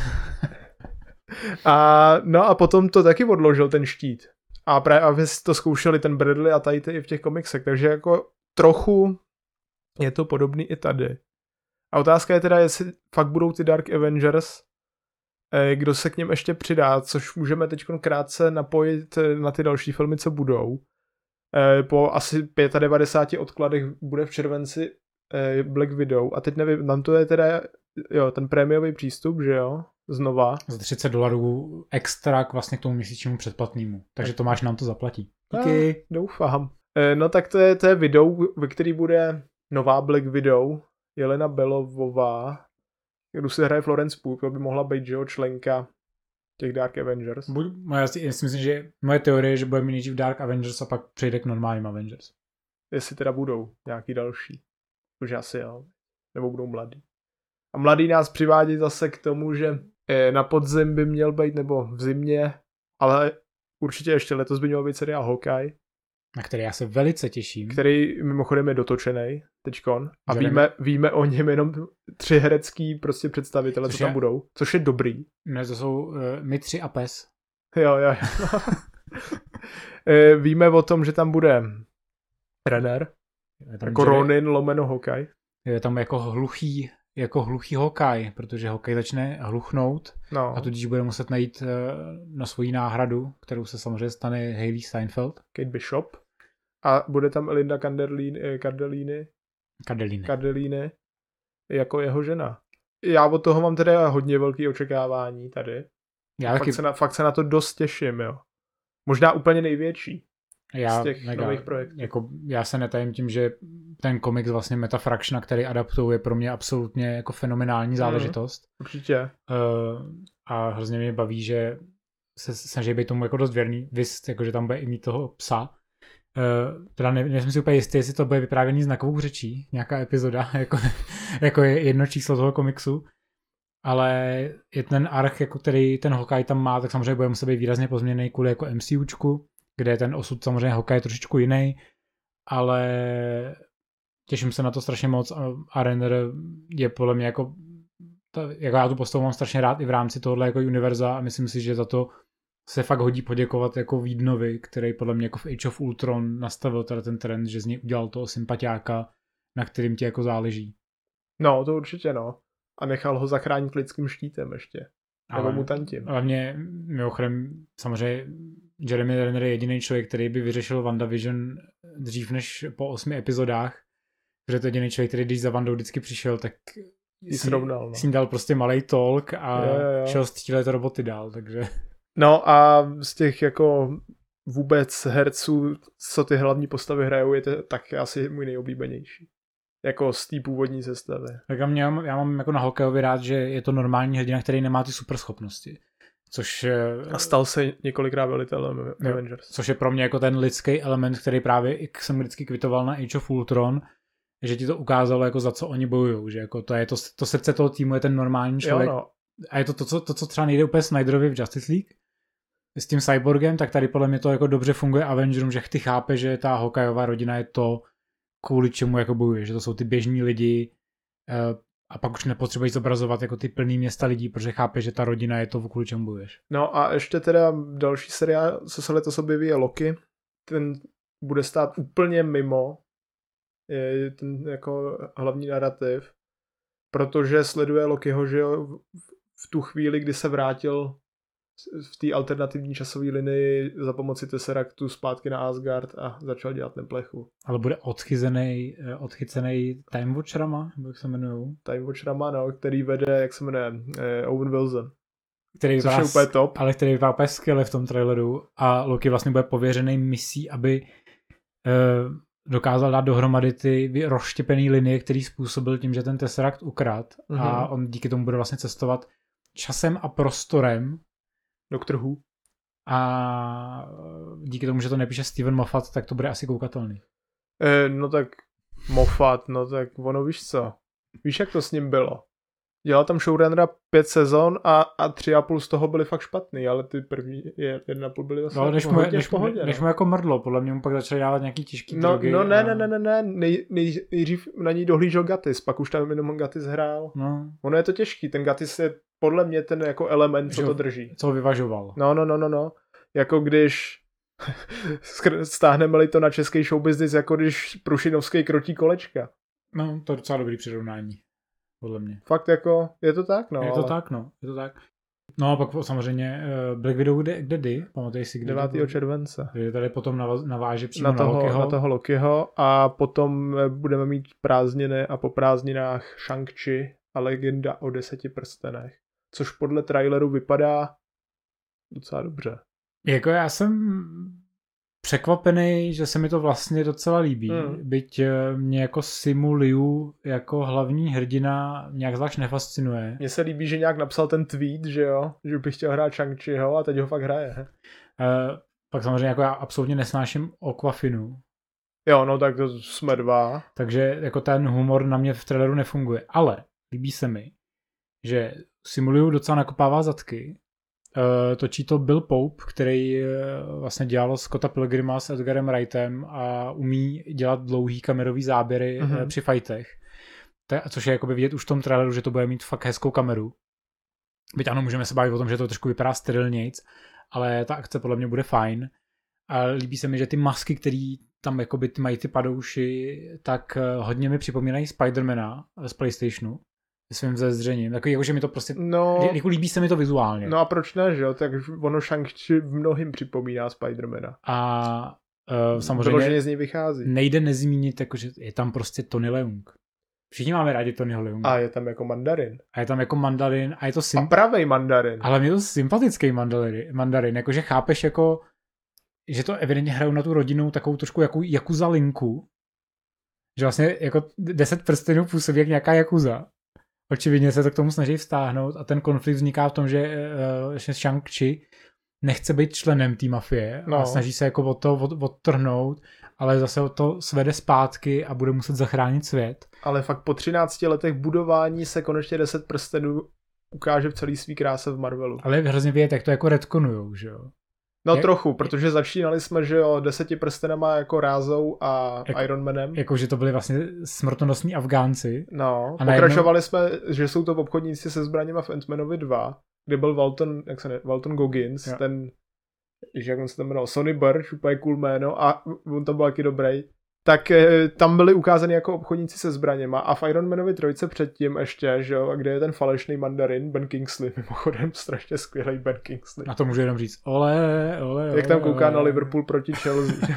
a, no a potom to taky odložil ten štít. A právě aby to zkoušeli ten Bradley a tady i v těch komiksech, takže jako trochu je to podobný i tady. A otázka je teda, jestli fakt budou ty Dark Avengers, kdo se k něm ještě přidá, což můžeme teď krátce napojit na ty další filmy, co budou. Po asi devadesát pět odkladech bude v červenci Black Widow a teď nevím, tam to je teda jo, ten prémiový přístup, že jo, znova. Za třicet dolarů extra k vlastně k tomu měsíčnímu předplatnému, takže Tomáš nám to zaplatí. Díky. A, doufám. No tak to je, to je video, ve který bude nová Black Widow, Jelena Belovová, kdo si hraje Florence Pugh, by mohla být, že jo, členka těch Dark Avengers. Buď, já si myslím, že moje teorie je, že bude mít nejdřív Dark Avengers a pak přejde k normálním Avengers. Jestli teda budou nějaký další. Už asi jo. Nebo budou mladí. A mladý nás přivádí zase k tomu, že na podzim by měl být, nebo v zimě, ale určitě ještě letos by měl být seriál Hawkeye. Na který já se velice těším. Který mimochodem je dotočenej teďkon. A víme, víme o něm jenom tři herecký prostě představitele, což co tam je, budou. Což je dobrý. Ne, to jsou uh, my tři a pes. Jo, jo. Víme o tom, že tam bude Renner. Jako Jerry, Ronin lomeno Hawkeye. Je tam jako hluchý, jako hluchý Hawkeye, protože Hawkeye začne hluchnout no. A tudíž bude muset najít uh, na svoji náhradu, kterou se samozřejmě stane Hailey Steinfeld. Kate Bishop. A bude tam Linda Cardellini, Cardellini, Cardellini. Cardellini jako jeho žena. Já od toho mám teda hodně velký očekávání tady. Já fakt, taky... se na, fakt se na to dost těším, jo. Možná úplně největší já, z těch mega, nových projektů. Jako, já se netajím tím, že ten komiks vlastně Metafraction, který adaptují, je pro mě absolutně jako fenomenální záležitost. Mm, určitě. Uh, a hrozně mě baví, že se snaží být tomu jako dost věrný. Vys, jako, že tam bude i mít toho psa. Uh, teda ne, nejsem si úplně jistý, jestli to bude vyprávěný znakovou řečí, nějaká epizoda, jako, jako je jedno číslo toho komiksu, ale je ten arch, jako který ten Hawkeye tam má, tak samozřejmě bude muset být výrazně pozměněný kvůli jako MCUčku, kde je ten osud samozřejmě Hawkeye je trošičku jiný, ale těším se na to strašně moc a, a Renner je podle mě jako, ta, jako já tu postavu mám strašně rád i v rámci tohohle jako univerza a myslím si, že za to se fakt hodí poděkovat jako Vídnovi, který podle mě jako v Age of Ultron nastavil teda ten trend, že z něj udělal toho sympatiáka, na kterým ti jako záleží. No, to určitě no. A nechal ho zachránit lidským štítem ještě. Nebo ale, mutantím. Ale mě, mimochodem, samozřejmě Jeremy Renner je jediný člověk, který by vyřešil WandaVision dřív než po osmi epizodách, protože to je jediný člověk, který když za Wandou vždycky přišel, tak s, srovnal, no. s ním dal prostě malej talk a jo, jo. šel střílet roboty dál, takže... No a z těch jako vůbec herců, co ty hlavní postavy hrajou, je to tak asi můj nejoblíbenější. Jako z té původní sestavy. Tak já, mě, já mám jako na Hawkeyovi rád, že je to normální hrdina, který nemá ty superschopnosti. Což... A stal se několikrát velitelem Avengers. Což je pro mě jako ten lidský element, který právě jsem vždycky kvitoval na Age of Ultron, že ti to ukázalo, jako za co oni bojujou. Že jako to, je to, to srdce toho týmu je ten normální člověk. Jo, no. A je to to, co, to, co třeba nejde úplně Snyderovi v Justice League s tím Cyborgem, tak tady podle mě to jako dobře funguje Avengerům, že ty chápe, že ta Hawkeyová rodina je to, kvůli čemu jako bojuje, že to jsou ty běžní lidi a pak už nepotřebuješ zobrazovat jako ty plný města lidí, protože chápe, že ta rodina je to, kvůli čemu bojuješ. No a ještě teda další seriál, co se letos objeví, je Loki. Ten bude stát úplně mimo je ten jako hlavní narrativ, protože sleduje Lokiho, že jo, v tu chvíli, kdy se vrátil v té alternativní časové linii za pomoci Tesseractu zpátky na Asgard a začal dělat neplechu. Ale bude odchyzený, odchycený Time Watcherama, jak se jmenujou? Time Watcherama, no, který vede, jak se jmenuje, eh, Owen Wilson. Který což je úplně top. Ale který vypadá úplně skvěle v tom traileru a Loki vlastně bude pověřený misí, aby eh, dokázal dát dohromady ty rozštěpený linie, který způsobil tím, že ten Tesseract ukrad mm-hmm. a on díky tomu bude vlastně cestovat časem a prostorem Doktor Who. A díky tomu, že to nepíše Steven Moffat, tak to bude asi koukatelný. E, no tak Moffat, no tak ono víš co. Víš, jak to s ním bylo? Dělal tam showrunnera pět sezon a, a tři a půl z toho byly fakt špatný, ale ty první je, jedna a půl byly zase no, než mu, hodně než, v pohodě. Než no. mu jako mrdlo, podle mě mu pak začali dávat nějaký těžký no, drogy. No ne, a... ne, ne, ne, ne, nej, nej, nejdřív na ní dohlížel Gatis, pak už tam jenom Gatis hrál. No. Ono je to těžký, ten Gatis je podle mě ten jako element, co že, to drží. Co ho vyvažoval. No, no, no, no, no. Jako když stáhneme-li to na český show business, jako když Prušinovský krotí kolečka. No, to je docela dobrý přirovnání. Podle mě. Fakt jako, je to tak, no. Je to ale... tak, no. Je to tak. No a pak samozřejmě uh, Black Widow kde, kde kdy? Pamatuješ si, kdy? devátého července. Kdy tady potom navaz, naváže přímo na toho, na Lokiho. Na toho Lokiho a potom budeme mít prázdniny a po prázdninách Shang-Chi a legenda o deseti prstenech. Což podle traileru vypadá docela dobře. Jako já jsem překvapený, že se mi to vlastně docela líbí. Hmm. Byť mě jako Simu Liu jako hlavní hrdina nějak zvlášť nefascinuje. Mně se líbí, že nějak napsal ten tweet, že jo, že bych chtěl hrát Shang-Chiho a teď ho fakt hraje. Uh, pak samozřejmě jako já absolutně nesnáším Aquafinu. Jo, no tak to jsme dva. Takže jako ten humor na mě v traileru nefunguje. Ale líbí se mi, že Simu Liu docela nakopává zadky. Uh, točí to Bill Pope, který uh, vlastně dělal Scotta Pilgrima s Edgarem Wrightem a umí dělat dlouhý kamerový záběry mm-hmm. uh, při fightech. Ta, což je jakoby vidět už v tom traileru, že to bude mít fakt hezkou kameru. Byť ano, můžeme se bavit o tom, že to trošku vypadá sterilnějc, ale ta akce podle mě bude fajn. A líbí se mi, že ty masky, které tam jakoby ty mají ty padouši, tak uh, hodně mi připomínají Spidermana z PlayStationu. Svým zezřením. Takový, jako, že mi to prostě, no, jako líbí se mi to vizuálně. No a proč ne, že jo? Tak ono Shang-Chi v mnohým připomíná Spidermana. A uh, samozřejmě Vyloženě z něj vychází. Nejde nezmínit, jako, že je tam prostě Tony Leung. Všichni máme rádi Tonyho Leunga. A je tam jako mandarin. A je tam jako mandarin a je to symp- A pravej mandarin. Ale mě to sympatický mandarin, mandarin, jakože chápeš jako, že to evidentně hrajou na tu rodinu takovou trošku jako jakuza linku. Že vlastně jako deset prstenů působí jak nějaká jakuza. Očividně se to k tomu snaží vztáhnout a ten konflikt vzniká v tom, že uh, Shang-Chi nechce být členem té mafie no. a snaží se jako od toho od, odtrhnout, ale zase od to svede zpátky a bude muset zachránit svět. Ale fakt po třinácti letech budování se konečně deset prstenů ukáže v celý svý kráse v Marvelu. Ale je hrozně vidět, jak to jako retkonujou, že jo? No je, trochu, protože začínali jsme, že jo, deseti prstenama jako Rázou a jako, Iron Manem. Jako, že to byli vlastně smrtonosní Afgánci. No, a pokračovali najednou... jsme, že jsou to obchodníci se zbraněma v Ant-Manovi dva, kde byl Walton, jak se ne, Walton Goggins, jo. ten, jak on se tam jmenoval, Sonny Burch, úplně cool jméno a on tam byl taky dobrý. Tak e, tam byli ukázáni jako obchodníci se zbraněma a v Iron Manovi trojce předtím ještě, že jo, kde je ten falešný mandarin, Ben Kingsley, mimochodem strašně skvělý Ben Kingsley. A to můžu jenom říct, ole, ole, jak tam kouká ole. na Liverpool proti Chelsea.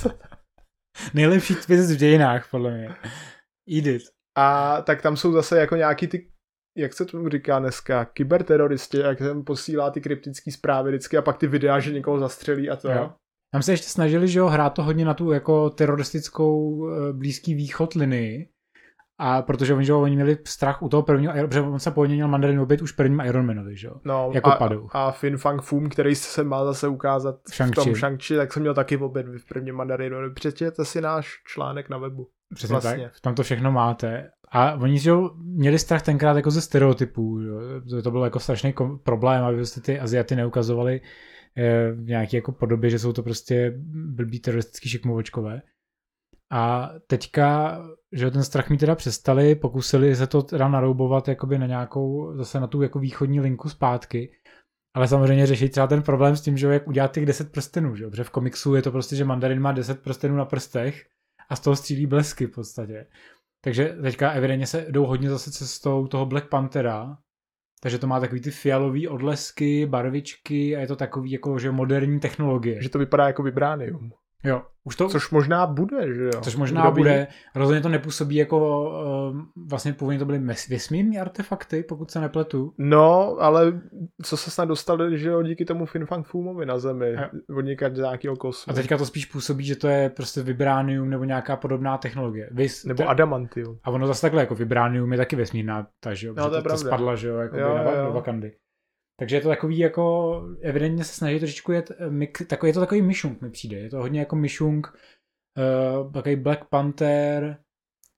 Nejlepší twist v dějinách, podle mě. Eat it. A tak tam jsou zase jako nějaký ty, jak se tomu říká dneska, kyberteroristi, jak tam posílá ty kryptické zprávy vždycky a pak ty videa, že někoho zastřelí a to. Jo. Tam se ještě snažili, že jo, hrát to hodně na tu jako teroristickou Blízký východ linii. A protože oni, že jo, oni měli strach u toho prvního, protože on se původně měl mandarin obět už prvním Ironmanovi, že jo, no, jako a, padou. A Fin Fang Foom, který se má zase ukázat Shang-Chi. V tom Shang-Chi, tak jsem měl taky obět v prvním mandarinu. Přečtěte si náš článek na webu. Přesně vlastně. Tak, tam to všechno máte. A oni, že jo, měli strach tenkrát jako ze stereotypů, jo. To byl jako strašný problém, aby se ty Aziaty neukazovali v nějaké jako podobě, že jsou to prostě blbý teroristický šikmovočkové. A teďka, že ten strach mi teda přestali, pokusili se to teda naroubovat jakoby na nějakou, zase na tu jako východní linku zpátky, ale samozřejmě řešit třeba ten problém s tím, že jak udělat těch deset prstenů, že? Protože v komiksu je to prostě, že mandarin má deset prstenů na prstech a z toho střílí blesky v podstatě. Takže teďka evidentně se jdou hodně zase cestou toho Black Panthera, takže to má takový ty fialový odlesky, barvičky a je to takový jako, že moderní technologie. Že to vypadá jako Vibranium. Jo, už to... Což možná bude, že jo? Což možná bude. Rozhodně to nepůsobí jako... Uh, vlastně původně to byly vesmírní artefakty, pokud se nepletu. No, ale co se snad dostali, že jo, díky tomu Fin Fang Foomovi na Zemi. Od někaď z nějakého kosmu. A teďka to spíš působí, že to je prostě Vibranium nebo nějaká podobná technologie. Vys, nebo te... Adamantium. A ono zase takhle, jako Vibranium je taky vesmírná, ta, že jo? No, to, to, to spadla, že jo, jako jo, na, jo. do Wakandy. Takže je to takový jako, evidentně se snaží trošičku jet, takový, je to takový myšunk mi přijde, je to hodně jako myšunk, uh, takový Black Panther,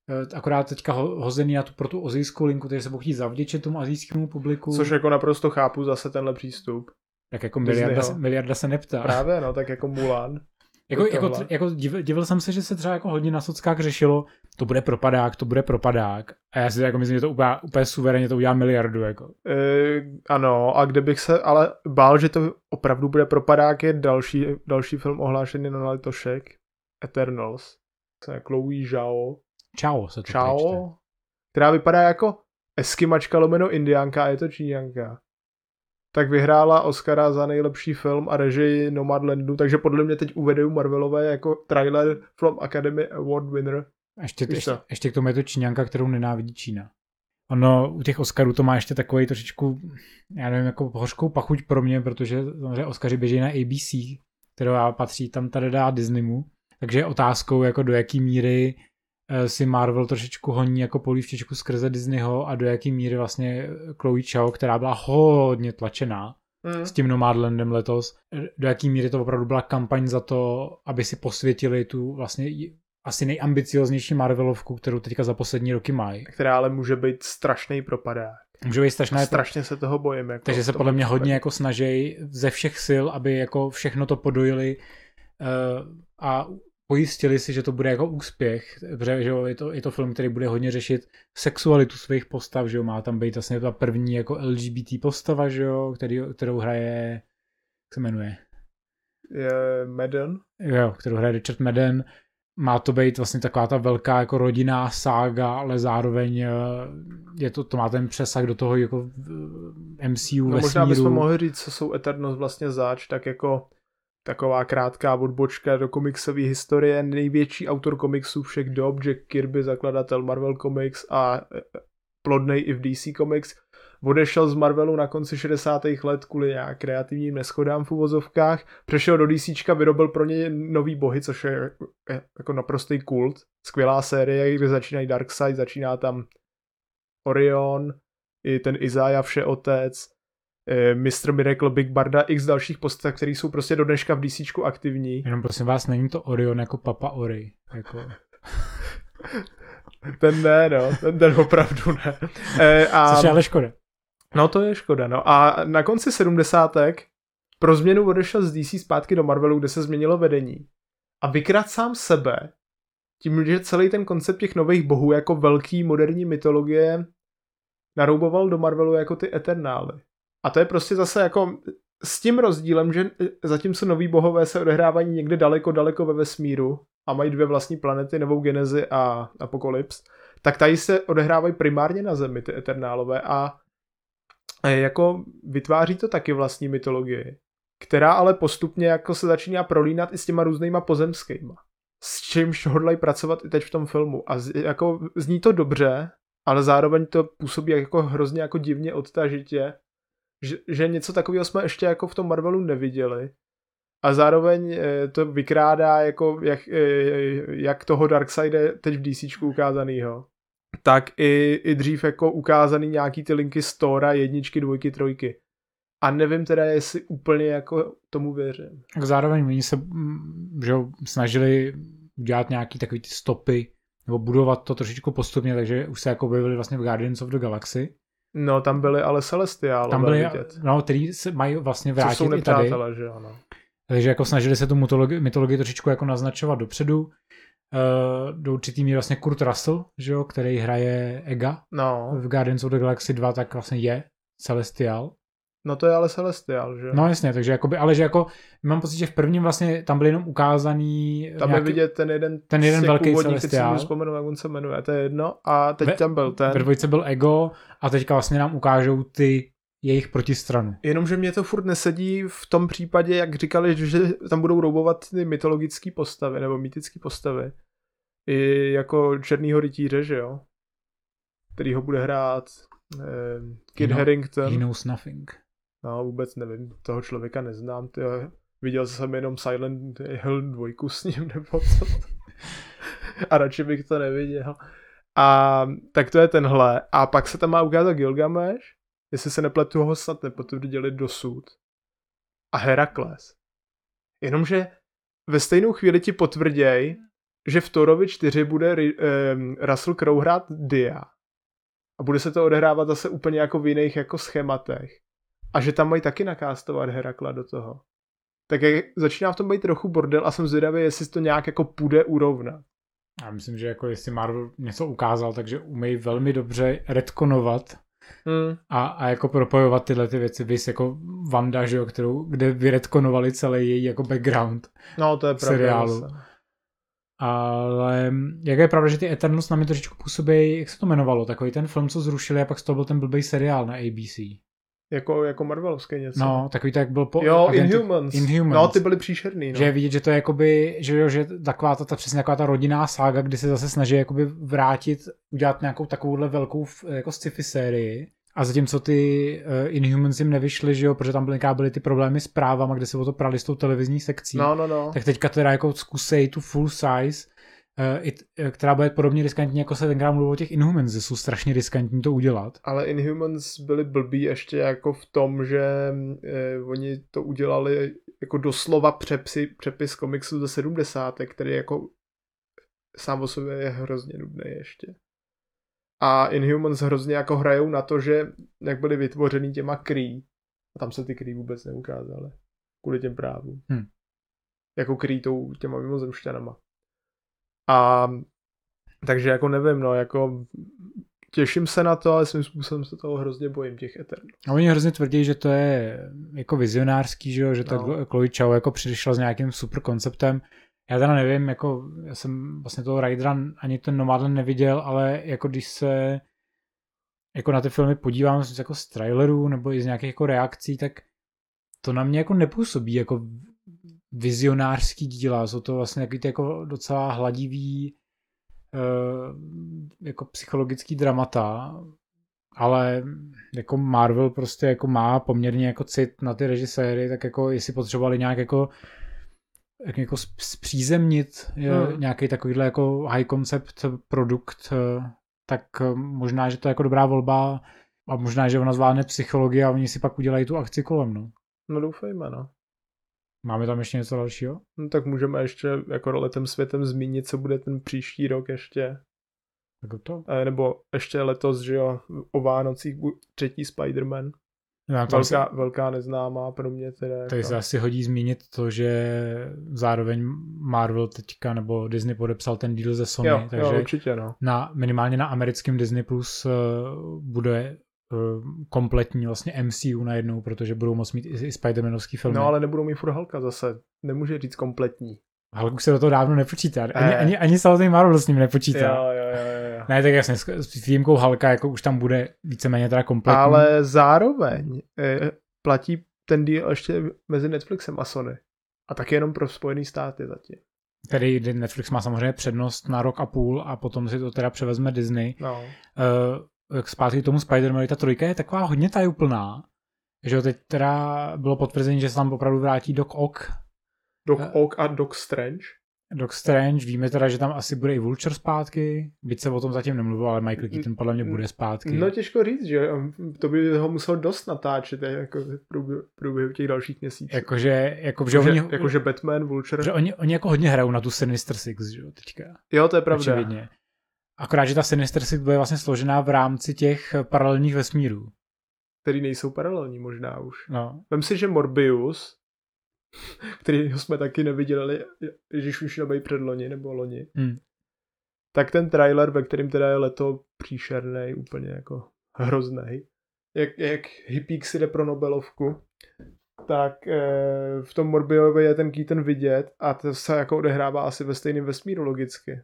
akorát teďka hozený na tu, pro tu asijskou linku, takže se budou chtít zavděčit tomu asijskému publiku. Což jako naprosto chápu zase tenhle přístup. Tak jako miliarda, miliarda se neptá. Právě, no, tak jako Mulan. Jako, jako, jako divil, divil jsem se, že se třeba jako hodně na sockách řešilo, to bude propadák, to bude propadák. A já si jako myslím, že to úplně, úplně suverénně to udělá miliardu. Jako. E, ano, a kdybych se ale bál, že to opravdu bude propadák, je další, další film ohlášený na letošek. Eternals. To je Chloe Zhao. Chao se to Chao, přečte. Která vypadá jako eskimačka lomeno indiánka a je to číňanka. Tak vyhrála Oscara za nejlepší film a režii Nomadlandu, takže podle mě teď uvedou Marvelové jako trailer from Academy Award winner. Ještě, ještě, ještě k tomu je to Číňanka, kterou nenávidí Čína. Ono u těch Oscarů to má ještě takový trošičku, já nevím, jako hořkou pachuť pro mě, protože samozřejmě Oscary běží na A B C, která patří tam tady dá Disneymu, takže je otázkou, jako do jaký míry si Marvel trošičku honí jako polívčičku skrze Disneyho a do jaký míry vlastně Chloe Zhao, která byla hodně tlačená mm. s tím Nomadlandem letos, do jaký míry to opravdu byla kampaň za to, aby si posvětili tu vlastně asi nejambicioznější Marvelovku, kterou teďka za poslední roky mají. Která ale může být strašný propadák. Může být strašné. Strašně se toho bojím. Jako takže se podle mě hodně jako snaží ze všech sil, aby jako všechno to podojili uh, a pojistili si, že to bude jako úspěch, protože že jo, je, to, je to film, který bude hodně řešit sexualitu svých postav, že jo, má tam být vlastně ta první jako L G B T postava, že jo, který, kterou hraje, jak se jmenuje? Je Madden. Jo, kterou hraje Richard Madden. Má to být vlastně taková ta velká jako rodinná sága, ale zároveň je to, to má ten přesah do toho jako M C U no, vesmíru. Možná bychom mohli říct, co jsou Eternals vlastně zač, tak jako taková krátká odbočka do komiksové historie. Největší autor komiksů všech dob, Jack Kirby, zakladatel Marvel Comics a plodnej i v D C Comics, odešel z Marvelu na konci šedesátých let kvůli nějak kreativním neschodám v uvozovkách, přešel do DCčka, vyrobil pro ně nový bohy, což je jako naprostý kult. Skvělá série, kde začínají Darkseid, začíná tam Orion, i ten Isaiah Všeotec, mister Miracle, Big Barda, x dalších postav, které jsou prostě do dneška v DCčku aktivní. Jenom prosím vás, není to Orion jako Papa Ori. Jako... ten ne, no, ten, ten opravdu ne. E, a... Což je ale škoda. No to je škoda, no. A na konci sedmdesátek pro změnu odešel z D C zpátky do Marvelu, kde se změnilo vedení. A vykrat sám sebe, tím, že celý ten koncept těch nových bohů jako velký moderní mytologie narouboval do Marvelu jako ty Eternály. A to je prostě zase jako s tím rozdílem, že zatímco noví bohové se odehrávají někde daleko, daleko ve vesmíru a mají dvě vlastní planety, Novou Genezi a Apokalyps, tak tady se odehrávají primárně na Zemi, ty Eternálové, a jako vytváří to taky vlastní mytologii, která ale postupně jako se začíná prolínat i s těma různýma pozemskýma. S čímž hodlají pracovat i teď v tom filmu. A z, jako zní to dobře, ale zároveň to působí jako hrozně jako divně odtažitě, že, že něco takového jsme ještě jako v tom Marvelu neviděli. A zároveň to vykrádá jako jak, jak toho Darkseida teď v DCčku ukázanýho, tak i, i dřív jako ukázaný nějaký ty linky z Thora, jedničky, dvojky, trojky. A nevím teda, jestli úplně jako tomu věřím. Zároveň oni se že snažili udělat nějaký takový ty stopy, nebo budovat to trošičku postupně, takže už se jako objevili vlastně v Guardians of the Galaxy. No, tam byly ale Celestiálové tam byly, vidět. No, který se mají vlastně vrátit jsou i tady. Že ano. Takže jako snažili se tu mytologii, mytologii trošičku jako naznačovat dopředu. Uh, do určitý míry vlastně Kurt Russell, že jo, který hraje Ega no. v Guardians of the Galaxy dva, tak vlastně je Celestial. No to je ale Celestial, že? No jasně, takže jakoby, ale že jako mám pocit, že v prvním vlastně tam byl jenom ukázaný tam nějaký, je vidět ten jeden ten jeden velký původní, Celestial. teď si vzpomenu, jak on se jmenuje, to je jedno. A teď ve, tam byl ten. Ve dvojce byl Ego a teďka vlastně nám ukážou ty jejich protistranu. Jenomže mě to furt nesedí v tom případě, jak říkali, že tam budou roubovat ty mytologické postavy nebo mytické postavy. I jako Černýho rytíře, že jo? Který ho bude hrát eh, Kid he Harington. He knows nothing. No, vůbec nevím, toho člověka neznám. Tyjo. Viděl jsem jenom Silent Hill dvojku s ním, nebo co. A radši bych to neviděl. A tak to je tenhle. A pak se tam má ukázat Gilgamesh, jestli se nepletu, ho snad nepotvrdili dosud. A Herakles. Jenomže ve stejnou chvíli ti potvrděj, že v Thorovi čtyři bude um, Russell Crowe hrát Dia a bude se to odehrávat zase úplně jako v jiných jako schématech a že tam mají taky nakástovat Herakla do toho. Tak jak začíná v tom být trochu bordel a jsem zvědavý, jestli to nějak jako půjde urovnat. Já myslím, že jako jestli Marvel něco ukázal, takže umějí velmi dobře retkonovat hmm. a, a jako propojovat tyhle ty věci. Vys jako Wanda, že jo, kterou, kde vyretkonovali celý její jako background. No, to je pravda. Seriálu. Ale jak je pravda, že ty Eternals na mě trošičku působí, jak se to jmenovalo, takový ten film, co zrušili a pak z toho byl ten blbej seriál na A B C. Jako, jako Marvelovské něco. No, takový to jak byl po... Jo, agenty, Inhumans. Inhumans. No, ty byly příšerný. No. Že je vidět, že to je jakoby, že, jo, že taková ta, ta přesně taková ta rodinná sága, kdy se zase snaží jakoby vrátit, udělat nějakou takovouhle velkou jako sci-fi sérii. A zatímco ty uh, Inhumans jim nevyšly, že jo, protože tam byly, byly ty problémy s právama, kde se o to prali s tou televizní sekcí. No, no, no. Tak teďka teda jako zkusej tu full size, uh, it, uh, která bude podobně riskantní, jako se tenkrát mluvilo o těch Inhumans, že jsou strašně riskantní to udělat. Ale Inhumans byli blbí ještě jako v tom, že eh, oni to udělali jako doslova přepsi, přepis komiksu ze sedmdesátek, který jako sám o sobě je hrozně nudný ještě. A Inhumans hrozně jako hrajou na to, že jak byly vytvořený těma Kree, a tam se ty Kree vůbec neukázaly. Kvůli těm právům. Hmm. Jako Kree tou těma mimozemšťanama. A takže jako nevím, no, jako těším se na to, ale svým způsobem se toho hrozně bojím, těch Eternals. A oni hrozně tvrdí, že to je jako vizionářský, že, jo? Že ta no. Chloe Zhao jako přišla s nějakým super konceptem. Já teda nevím, jako já jsem vlastně toho Rydera ani ten Nomadland neviděl, ale jako když se jako na ty filmy podívám jako z trailerů nebo i z nějakých jako reakcí, tak to na mě jako nepůsobí jako vizionářský díla. Jsou to vlastně takový ty jako docela hladivý uh, jako psychologický dramata, ale jako Marvel prostě jako má poměrně jako cit na ty režiséry, tak jako jestli potřebovali nějak jako jak jako zpřízemnit hmm. nějaký takovýhle jako high concept produkt, tak možná, že to je jako dobrá volba a možná, že ona zvládne psychologii a oni si pak udělají tu akci kolem, no. No doufejme, no. Máme tam ještě něco dalšího? No tak můžeme ještě jako letem světem zmínit, co bude ten příští rok ještě. Jako to? E, nebo ještě letos, že jo, o Vánocích třetí Spider-Man. No, velká, se, velká neznámá pro mě teda. Tady jako. Se asi hodí zmínit to, že zároveň Marvel teďka nebo Disney podepsal ten deal ze Sony, jo, takže jo, určitě, no. na, minimálně na americkém Disney Plus uh, bude uh, kompletní vlastně M C U najednou, protože budou moct mít i, i Spider-Manovský filmy. No ale nebudou mít furt Hulka zase, nemůže říct kompletní. Hulk už se do toho dávno nepočítá, ani, eh. ani, ani samotný Marvel s ním nepočítá. Jo, jo, jo, jo. Ne, tak jasně, s výjimkou Hulka jako už tam bude víceméně teda kompletní. Ale zároveň eh, platí ten deal ještě mezi Netflixem a Sony. A tak jenom pro Spojený státy zatím. Tedy Netflix má samozřejmě přednost na rok a půl a potom si to teda převezme Disney. No. Uh, zpátky k tomu Spider-Man, ta trojka je taková hodně tajuplná, že teď teda bylo potvrzení, že se tam opravdu vrátí Doc Ock. Doc Ock a Doc Strange. Doc Strange, víme teda, že tam asi bude i Vulture zpátky, byť se o tom zatím nemluvil, ale Michael Keaton podle mě bude zpátky. No těžko říct, že to by ho musel dost natáčet jako v průběhu těch dalších měsíců. Jakože, jako, že jakože, oni, jakože Batman, Vulture. Že oni, oni jako hodně hrajou na tu Sinister Six, že jo, teďka. Jo, to je pravda. Očividně. Akorát, že ta Sinister Six bude vlastně složená v rámci těch paralelních vesmírů. Který nejsou paralelní možná už. No. Vem si, že Morbius, který jsme taky neviděli, když už měl být předloni nebo loni, hmm. tak ten trailer, ve kterém teda je leto příšernej, úplně jako hroznej, jak, jak hippík si jde pro Nobelovku, tak eh, v tom Morbiovi je ten Keaton vidět a to se jako odehrává asi ve stejném vesmíru logicky.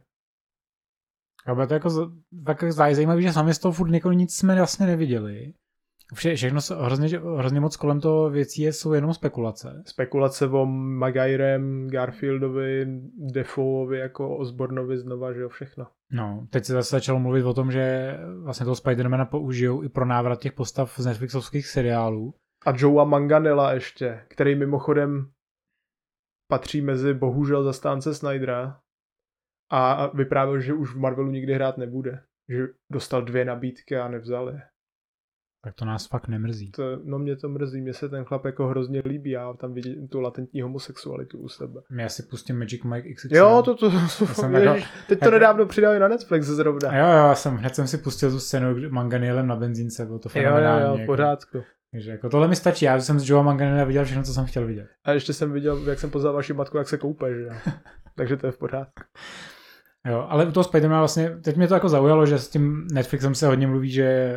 Ale to jako tak zajímavé, že sami z toho furt jako nic jsme vlastně neviděli. Vše, všechno hrozně, hrozně moc kolem toho věcí je, jsou jenom spekulace. Spekulace o Maguirem, Garfieldovi, Defoeovi, jako Osbornovi znova, že jo, všechno. No, teď se zase začalo mluvit o tom, že vlastně toho Spidermana použijou i pro návrat těch postav z Netflixovských seriálů. A Joea Manganiela ještě, který mimochodem patří mezi bohužel zastánce Snydera a vyprávěl, že už v Marvelu nikdy hrát nebude. Že dostal dvě nabídky a nevzal je. Tak to nás fakt nemrzí. To, no mě to mrzí, mě se ten chlap jako hrozně líbí, já tam vidím tu latentní homosexualitu u sebe. Já si pustím Magic Mike X X L. Jo, to, to, to, to ježiš, jako, teď to jako, nedávno přidali na Netflix zrovna. Jo, jo, jsem, hned jsem si pustil tu scénu Manganielem na benzínce, bylo to fenomenální. Jo, jo, jo, v pořádku. Jako, takže jako tohle mi stačí, já jsem z Joea Manganiela viděl všechno, co jsem chtěl vidět. A ještě jsem viděl, jak jsem poznal vaši matku, jak se koupe, že jo. Takže to je v pořádku. Jo, ale u toho Spidermana vlastně, teď mě to jako zaujalo, že s tím Netflixem se hodně mluví, že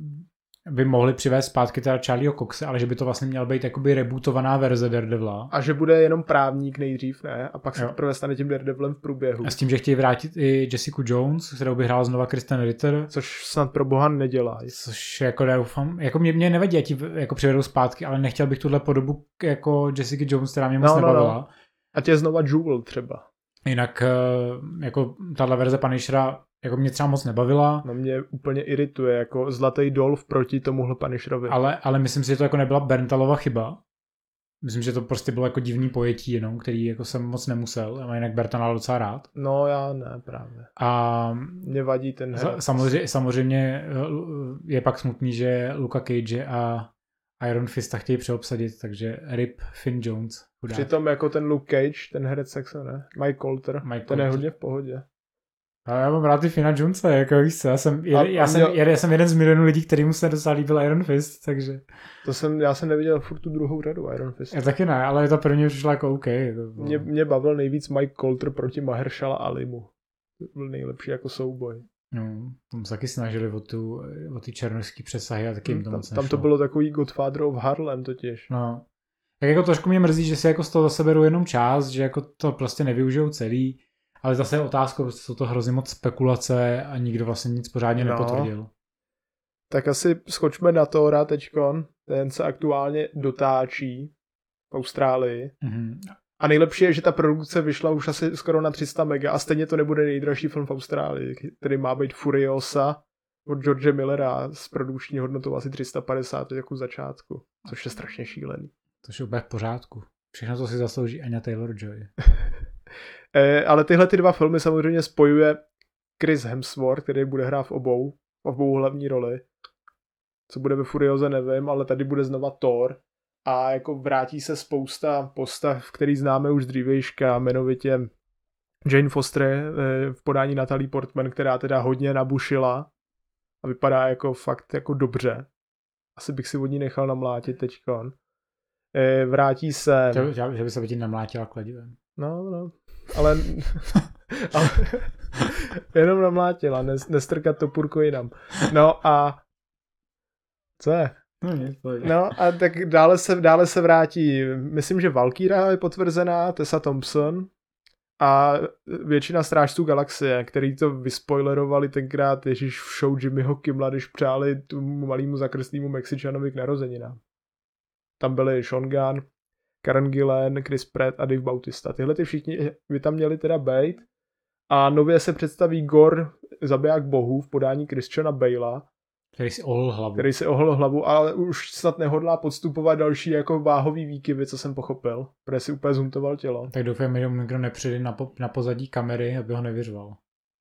by mohli přivést zpátky teda Charlieho Coxe, ale že by to vlastně měla být jakoby rebootovaná verze Daredevila. A že bude jenom právník nejdřív, ne? A pak se teprve stane tím Daredevilem v průběhu. A s tím, že chtějí vrátit i Jessica Jones, kterou by hrál znova Kristen Ritter. Což snad pro boha nedělají. Což jako doufám, jako mě, mě nevadí, ti jako přivedou zpátky, ale nechtěl bych tuhle podobu jako Jessica Jones, která mě moc no, nebavila. No, no. A tě znova Jewel třeba. Jinak jako tahle verze Punishera jako mě třeba moc nebavila. No mě úplně irituje, jako zlatý dolf proti tomuhle Punisherovi. Ale, ale myslím si, že to jako nebyla Berntalova chyba. Myslím, že to prostě bylo jako divný pojetí jenom, který jako jsem moc nemusel, a jinak Berta měl docela rád. No já ne, právě. A mě vadí ten herec. Samozřejmě, samozřejmě je pak smutný, že Luka Cage a Iron Fista chtějí přeobsadit, takže rip Finn Jones. Chudák. Přitom jako ten Luke Cage, ten herec, jak se ne? Mike Colter, Mike ten Colter. Je hodně v pohodě. A já mám rád ty Finna Jonese, jako víš co, já jsem, já, já, jsem, měl... já jsem jeden z milionů lidí, kterýmu se docela líbil Iron Fist, takže... To jsem, já jsem neviděl furt tu druhou řadu Iron Fist. Já taky ne, ale to první přišlo jako OK. To mě, mě bavil nejvíc Mike Colter proti Mahershala Alimu. To byl nejlepší jako souboj. No, tam se taky snažili o, tu, o ty černošský přesahy a taky jim to hmm, moc tam, tam to bylo takový Godfather of Harlem totiž. No. Tak jako trošku mě mrzí, že si jako z toho zase berou jenom část, že jako to prostě nevyužijou celý. Ale zase je otázka, prostě jsou to hrozně moc spekulace a nikdo vlastně nic pořádně no. nepotvrdil. Tak asi skočme na Thora teďkon. Ten se aktuálně dotáčí v Austrálii. Mm-hmm. A nejlepší je, že ta produkce vyšla už asi skoro na tři sta mega a stejně to nebude nejdražší film v Austrálii, který má být Furiosa od George Millera s produkční hodnotou asi tři sta padesát jako začátku, což je strašně šílený. To je úplně v pořádku. Všechno to si zaslouží Anya Taylor-Joy. E, ale tyhle ty dva filmy samozřejmě spojuje Chris Hemsworth, který bude hrát v obou, v obou hlavní roli. Co bude ve Furioze, nevím, ale tady bude znova Thor a jako vrátí se spousta postav, který známe už z dřívejška, jmenovitě Jane Foster e, v podání Natalie Portman, která teda hodně nabušila a vypadá jako fakt jako dobře. Asi bych si od ní nechal namlátit teďkon. E, vrátí se... Že, že by se by ti namlátila kladivem. No, no. Ale, ale jenom namlátila, nes, nestrkat topůrko jinam. No a co je? No, nic, no a tak dále se, dále se vrátí, myslím, že Valkyra je potvrzená, Tessa Thompson a většina strážců galaxie, který to vyspoilerovali tenkrát ježiš v show Jimmyho Kimmela, když přáli tomu malýmu zakrstnému Mexičanovi k narozeninám. Tam byli Sean Gunn, Karen Gillan, Chris Pratt a Dave Bautista. Tyhle ty všichni by tam měli teda bejt. A nově se představí Gor, zabiják bohů v podání Christiana Bale'a. Který si ohl hlavu. Který si ohl hlavu, ale už snad nehodlá podstupovat další jako váhový výkyvy, co jsem pochopil. Protože si úplně zhuntoval tělo. Tak doufám, že mu někdo nepřijde na, po, na pozadí kamery, aby ho nevyřval.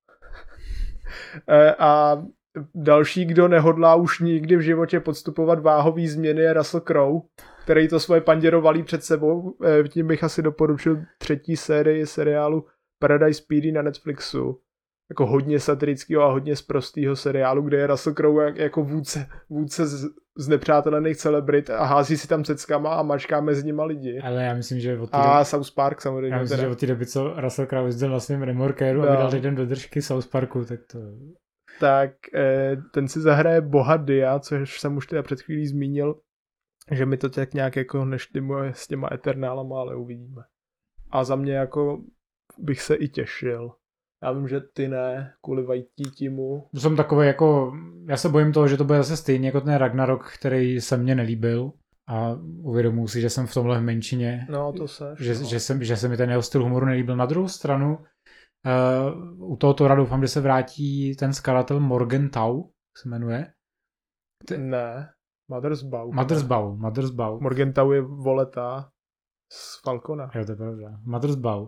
A další, kdo nehodlá už nikdy v životě podstupovat váhový změny, je Russell Crowe, který to svoje panděro valí před sebou. Tím bych asi doporučil třetí sérii seriálu Paradise P D na Netflixu. Jako hodně satirického a hodně sprostého seriálu, kde je Russell Crowe jako vůdce, vůdce z, z nepřátelených celebrit a hází si tam ceckama a mačká mezi nima lidi. Ale já myslím, že od té A doby... South Park samozřejmě. Já myslím, teda. že od té doby, co Russell Crowe jezdil na svém remorkéru no. a vydal lidem do držky South Parku, tak to... Tak ten si zahraje boha Dia, což jsem už teda před chvílí zmínil, že mi to tak nějak jako neštimuje s těma Eternálama, ale uvidíme. A za mě jako bych se i těšil. Já vím, že ty ne, kvůli Waititimu. To jsem takový jako, já se bojím toho, že to bude zase stejně jako ten Ragnarok, který se mně nelíbil. A uvědomuji si, že jsem v tomhle v menšině. No, to seš. Že, no. že, se, že se mi ten jeho styl humoru nelíbil. Na druhou stranu, uh, u tohoto radu doufám, že se vrátí ten skladatel Morgan Tau, se jmenuje. Ty... Ne, Mother's Bow. Mother's Bow, Mother's Bow. Morgan Tau je voleta z Falcona. Jo, to je pravda. Mother's Bow.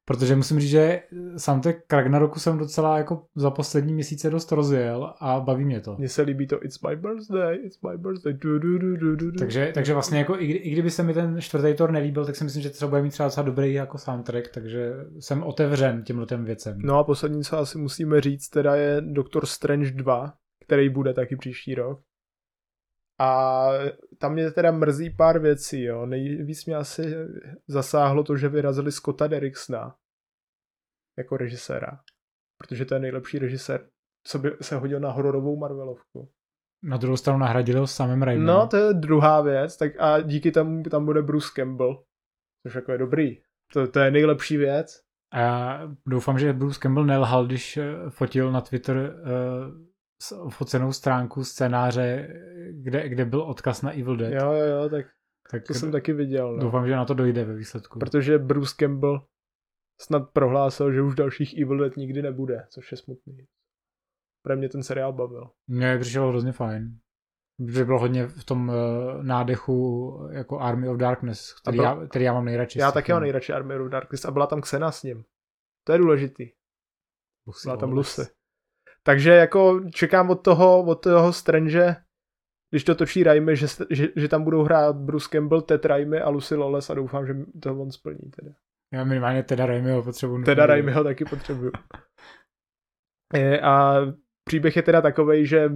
Protože musím říct, že soundtrack k Ragnaroku jsem docela jako za poslední měsíce dost rozjel a baví mě to. Mně se líbí to It's my birthday, it's my birthday. Du, du, du, du, du. Takže, takže vlastně jako i, i kdyby se mi ten čtvrtý Thor nelíbil, tak si myslím, že třeba bude mít třeba docela dobrý jako soundtrack, takže jsem otevřen těmhletem věcem. No a poslední, co asi musíme říct, teda je Doctor Strange dva, který bude taky příští rok. A tam mě teda mrzí pár věcí, jo. Nejvíc mě asi zasáhlo to, že vyrazili Scotta Derricksona jako režiséra. Protože to je nejlepší režisér, co by se hodil na hororovou Marvelovku. Na druhou stranu nahradili ho samým Raimem. No, to je druhá věc. Tak a díky tomu tam bude Bruce Campbell. Což jako je dobrý. To, to je nejlepší věc. A já doufám, že Bruce Campbell nelhal, když fotil na Twitter uh, focenou stránku scénáře, kde, kde byl odkaz na Evil Dead. Jo, jo, jo, tak, tak to jsem taky viděl. No. Doufám, že na to dojde ve výsledku. Protože Bruce Campbell snad prohlásil, že už dalších Evil Dead nikdy nebude, což je smutný. Pro mě ten seriál bavil. Mně přišel hrozně fajn. Že bylo hodně v tom uh, nádechu jako Army of Darkness, který, byl, já, který já mám nejradši. Já taky mám nejradši Army of Darkness a byla tam Xena s ním. To je důležitý. Lucy byla tam Lucy. Takže jako čekám od toho, od toho Strange, když to točí Raimi, že, že, že tam budou hrát Bruce Campbell, Ted Raimi a Lucy Lawless a doufám, že to on splní teda. Já minimálně Teda Raimiho potřebuji. Teda Raimiho taky potřebuju. A příběh je teda takovej, že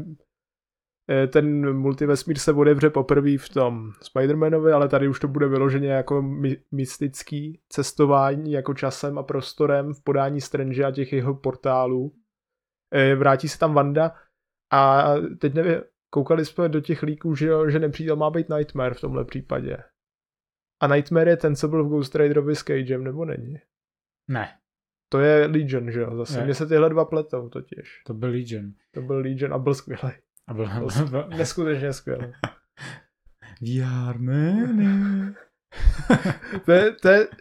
ten multivesmír se odevře poprvé v tom Spider-Manovi, ale tady už to bude vyloženě jako my- mystický cestování jako časem a prostorem v podání Strange a těch jeho portálů. Vrátí se tam Wanda a teď nevím, koukali jsme do těch líků, že, že nepřítel má být Nightmare v tomhle případě. A Nightmare je ten, co byl v Ghost Riderovi s Cagem, nebo není? Ne. To je Legion, že jo? Zase mně se tyhle dva pletou totiž. To byl Legion. To byl Legion a byl skvělý. A byl, byl, byl neskutečně skvělý. We are many. to je, to je,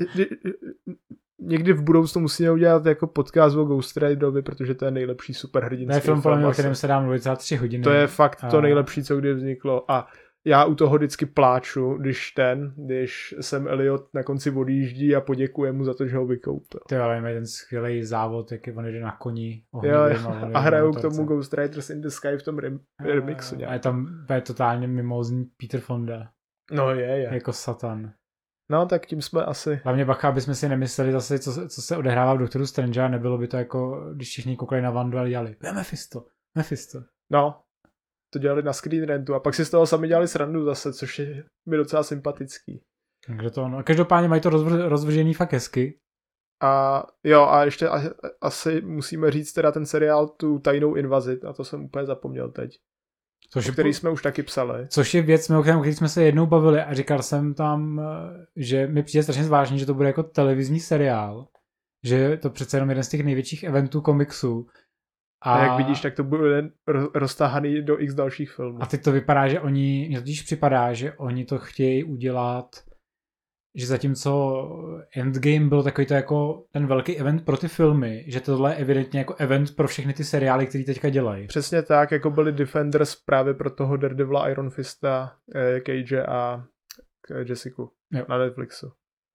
někdy v budoucnu musíme udělat jako podcast o Ghost Riderovi, protože to je nejlepší superhrdinský film. To je film, film o kterém se dá mluvit za tři hodiny. To je fakt a... to nejlepší, co kdy vzniklo. A já u toho vždycky pláču, když ten, když Sam Elliot na konci odjíždí a poděkuje mu za to, že ho vykoupil. To je ale mají ten skvělý závod, jak on jde na koni. Jo, a, a hrajou k tomu Ghost Riders in the Sky v tom rem, remixu. A je tam je totálně mimózní Peter Fonda. No je, je. Jako Satan. No tak tím jsme asi... Hlavně bacha, aby jsme si nemysleli zase, co, co se odehrává v Doktoru Strange, a nebylo by to jako, když všichni koukali na Wandu a dělali, je Mephisto, Mephisto. No, to dělali na Screen Rentu a pak si z toho sami dělali srandu zase, což je mi docela sympatický. Takže to ono. Každopádně mají to rozvr- rozvržený fakt hezky. A jo, a ještě a, asi musíme říct teda ten seriál Tu tajnou invazi, a to jsem úplně zapomněl teď. Což o který po... jsme už taky psali. Což je věc, o které jsme se jednou bavili a říkal jsem tam, že mi přijde strašně zvláštní, že to bude jako televizní seriál. Že je to přece jenom jeden z těch největších eventů komiksu. A, a jak vidíš, tak to bude roztáhaný do x dalších filmů. A teď to vypadá, že oni, mně totiž připadá, že oni to chtějí udělat, že zatímco Endgame byl takový to jako ten velký event pro ty filmy, že tohle je evidentně jako event pro všechny ty seriály, který teďka dělají. Přesně tak, jako byli Defenders právě pro toho Daredevila, Iron Fista, eh, Cage a Jessica na Netflixu.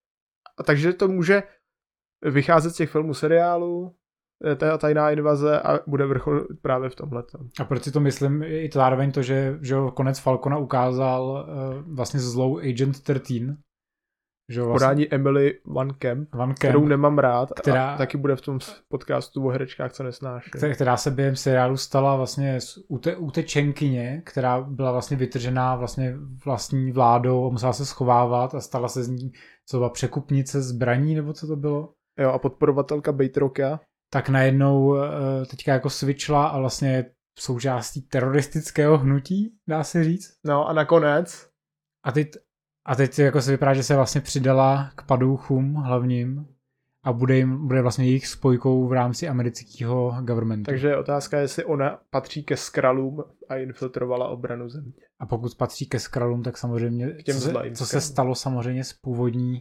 A takže to může vycházet z těch filmů, seriálů, ta tajná invaze a bude vrchol právě v tomhletom. A proč si to myslím, i to zároveň to, že, že konec Falcona ukázal uh, vlastně zlou Agent třináct, že vlastně, podání Emily Van Camp, Van Camp, kterou nemám rád, která, a taky bude v tom podcastu o herečkách, co nesnáší. Která se během seriálu stala vlastně ute, utečenkyně, která byla vlastně vytržená vlastně vlastní vládou a musela se schovávat a stala se z ní třeba překupnice zbraní, nebo co to bylo? Jo, a podporovatelka Baytrocka. Tak najednou teďka jako switchla a vlastně součástí teroristického hnutí, dá se říct. No a nakonec. A teď, a teď jako se vypadá, že se vlastně přidala k padouchům hlavním a bude, jim, bude vlastně jejich spojkou v rámci amerického governmentu. Takže je otázka, jestli ona patří ke Skrulům a infiltrovala obranu země. A pokud patří ke Skrulům, tak samozřejmě, co se, co se stalo samozřejmě s původní,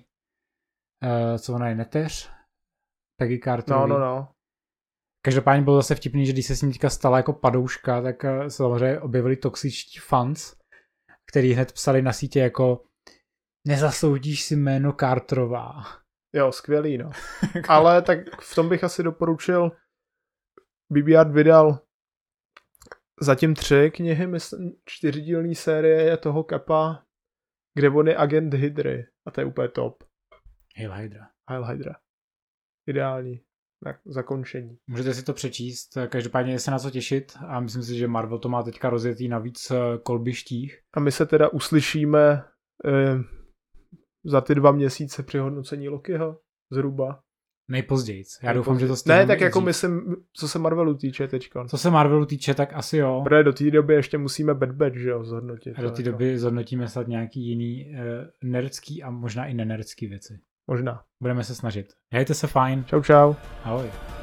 uh, co ona je, neteř? Peggy Carterový. No, no, no. Každopádně bylo zase vtipný, že když se s ní teďka stala jako padouška, tak se samozřejmě objevili toxičtí fans, který hned psali na sítě jako nezasoudíš si jméno Carterová. Jo, skvělý, no. Ale tak v tom bych asi doporučil, B B Art vydal zatím tři knihy, myslím, čtyřdílný série je toho Capa, kde on je agent Hydry. A to je úplně top. Hail Hydra. Hail Hydra. Ideální. Na zakončení. Můžete si to přečíst, každopádně je se na co těšit a myslím si, že Marvel to má teďka rozjetý na víc kolbištích. A my se teda uslyšíme eh, za ty dva měsíce při hodnocení Lokiho zhruba. Nejpozději. Já Nejpozději. doufám, že to stihne. Ne, tak jako myslím, co se Marvelu týče teďka. Co se Marvelu týče, tak asi jo. Protože do té doby ještě musíme Bad Batch, že jo, zhodnotit. A do té doby zhodnotíme snad nějaký jiný uh, nerdský a možná i nenerdský věci. Možná. Budeme se snažit. Hejte se fajn. Čau, čau. Ahoj.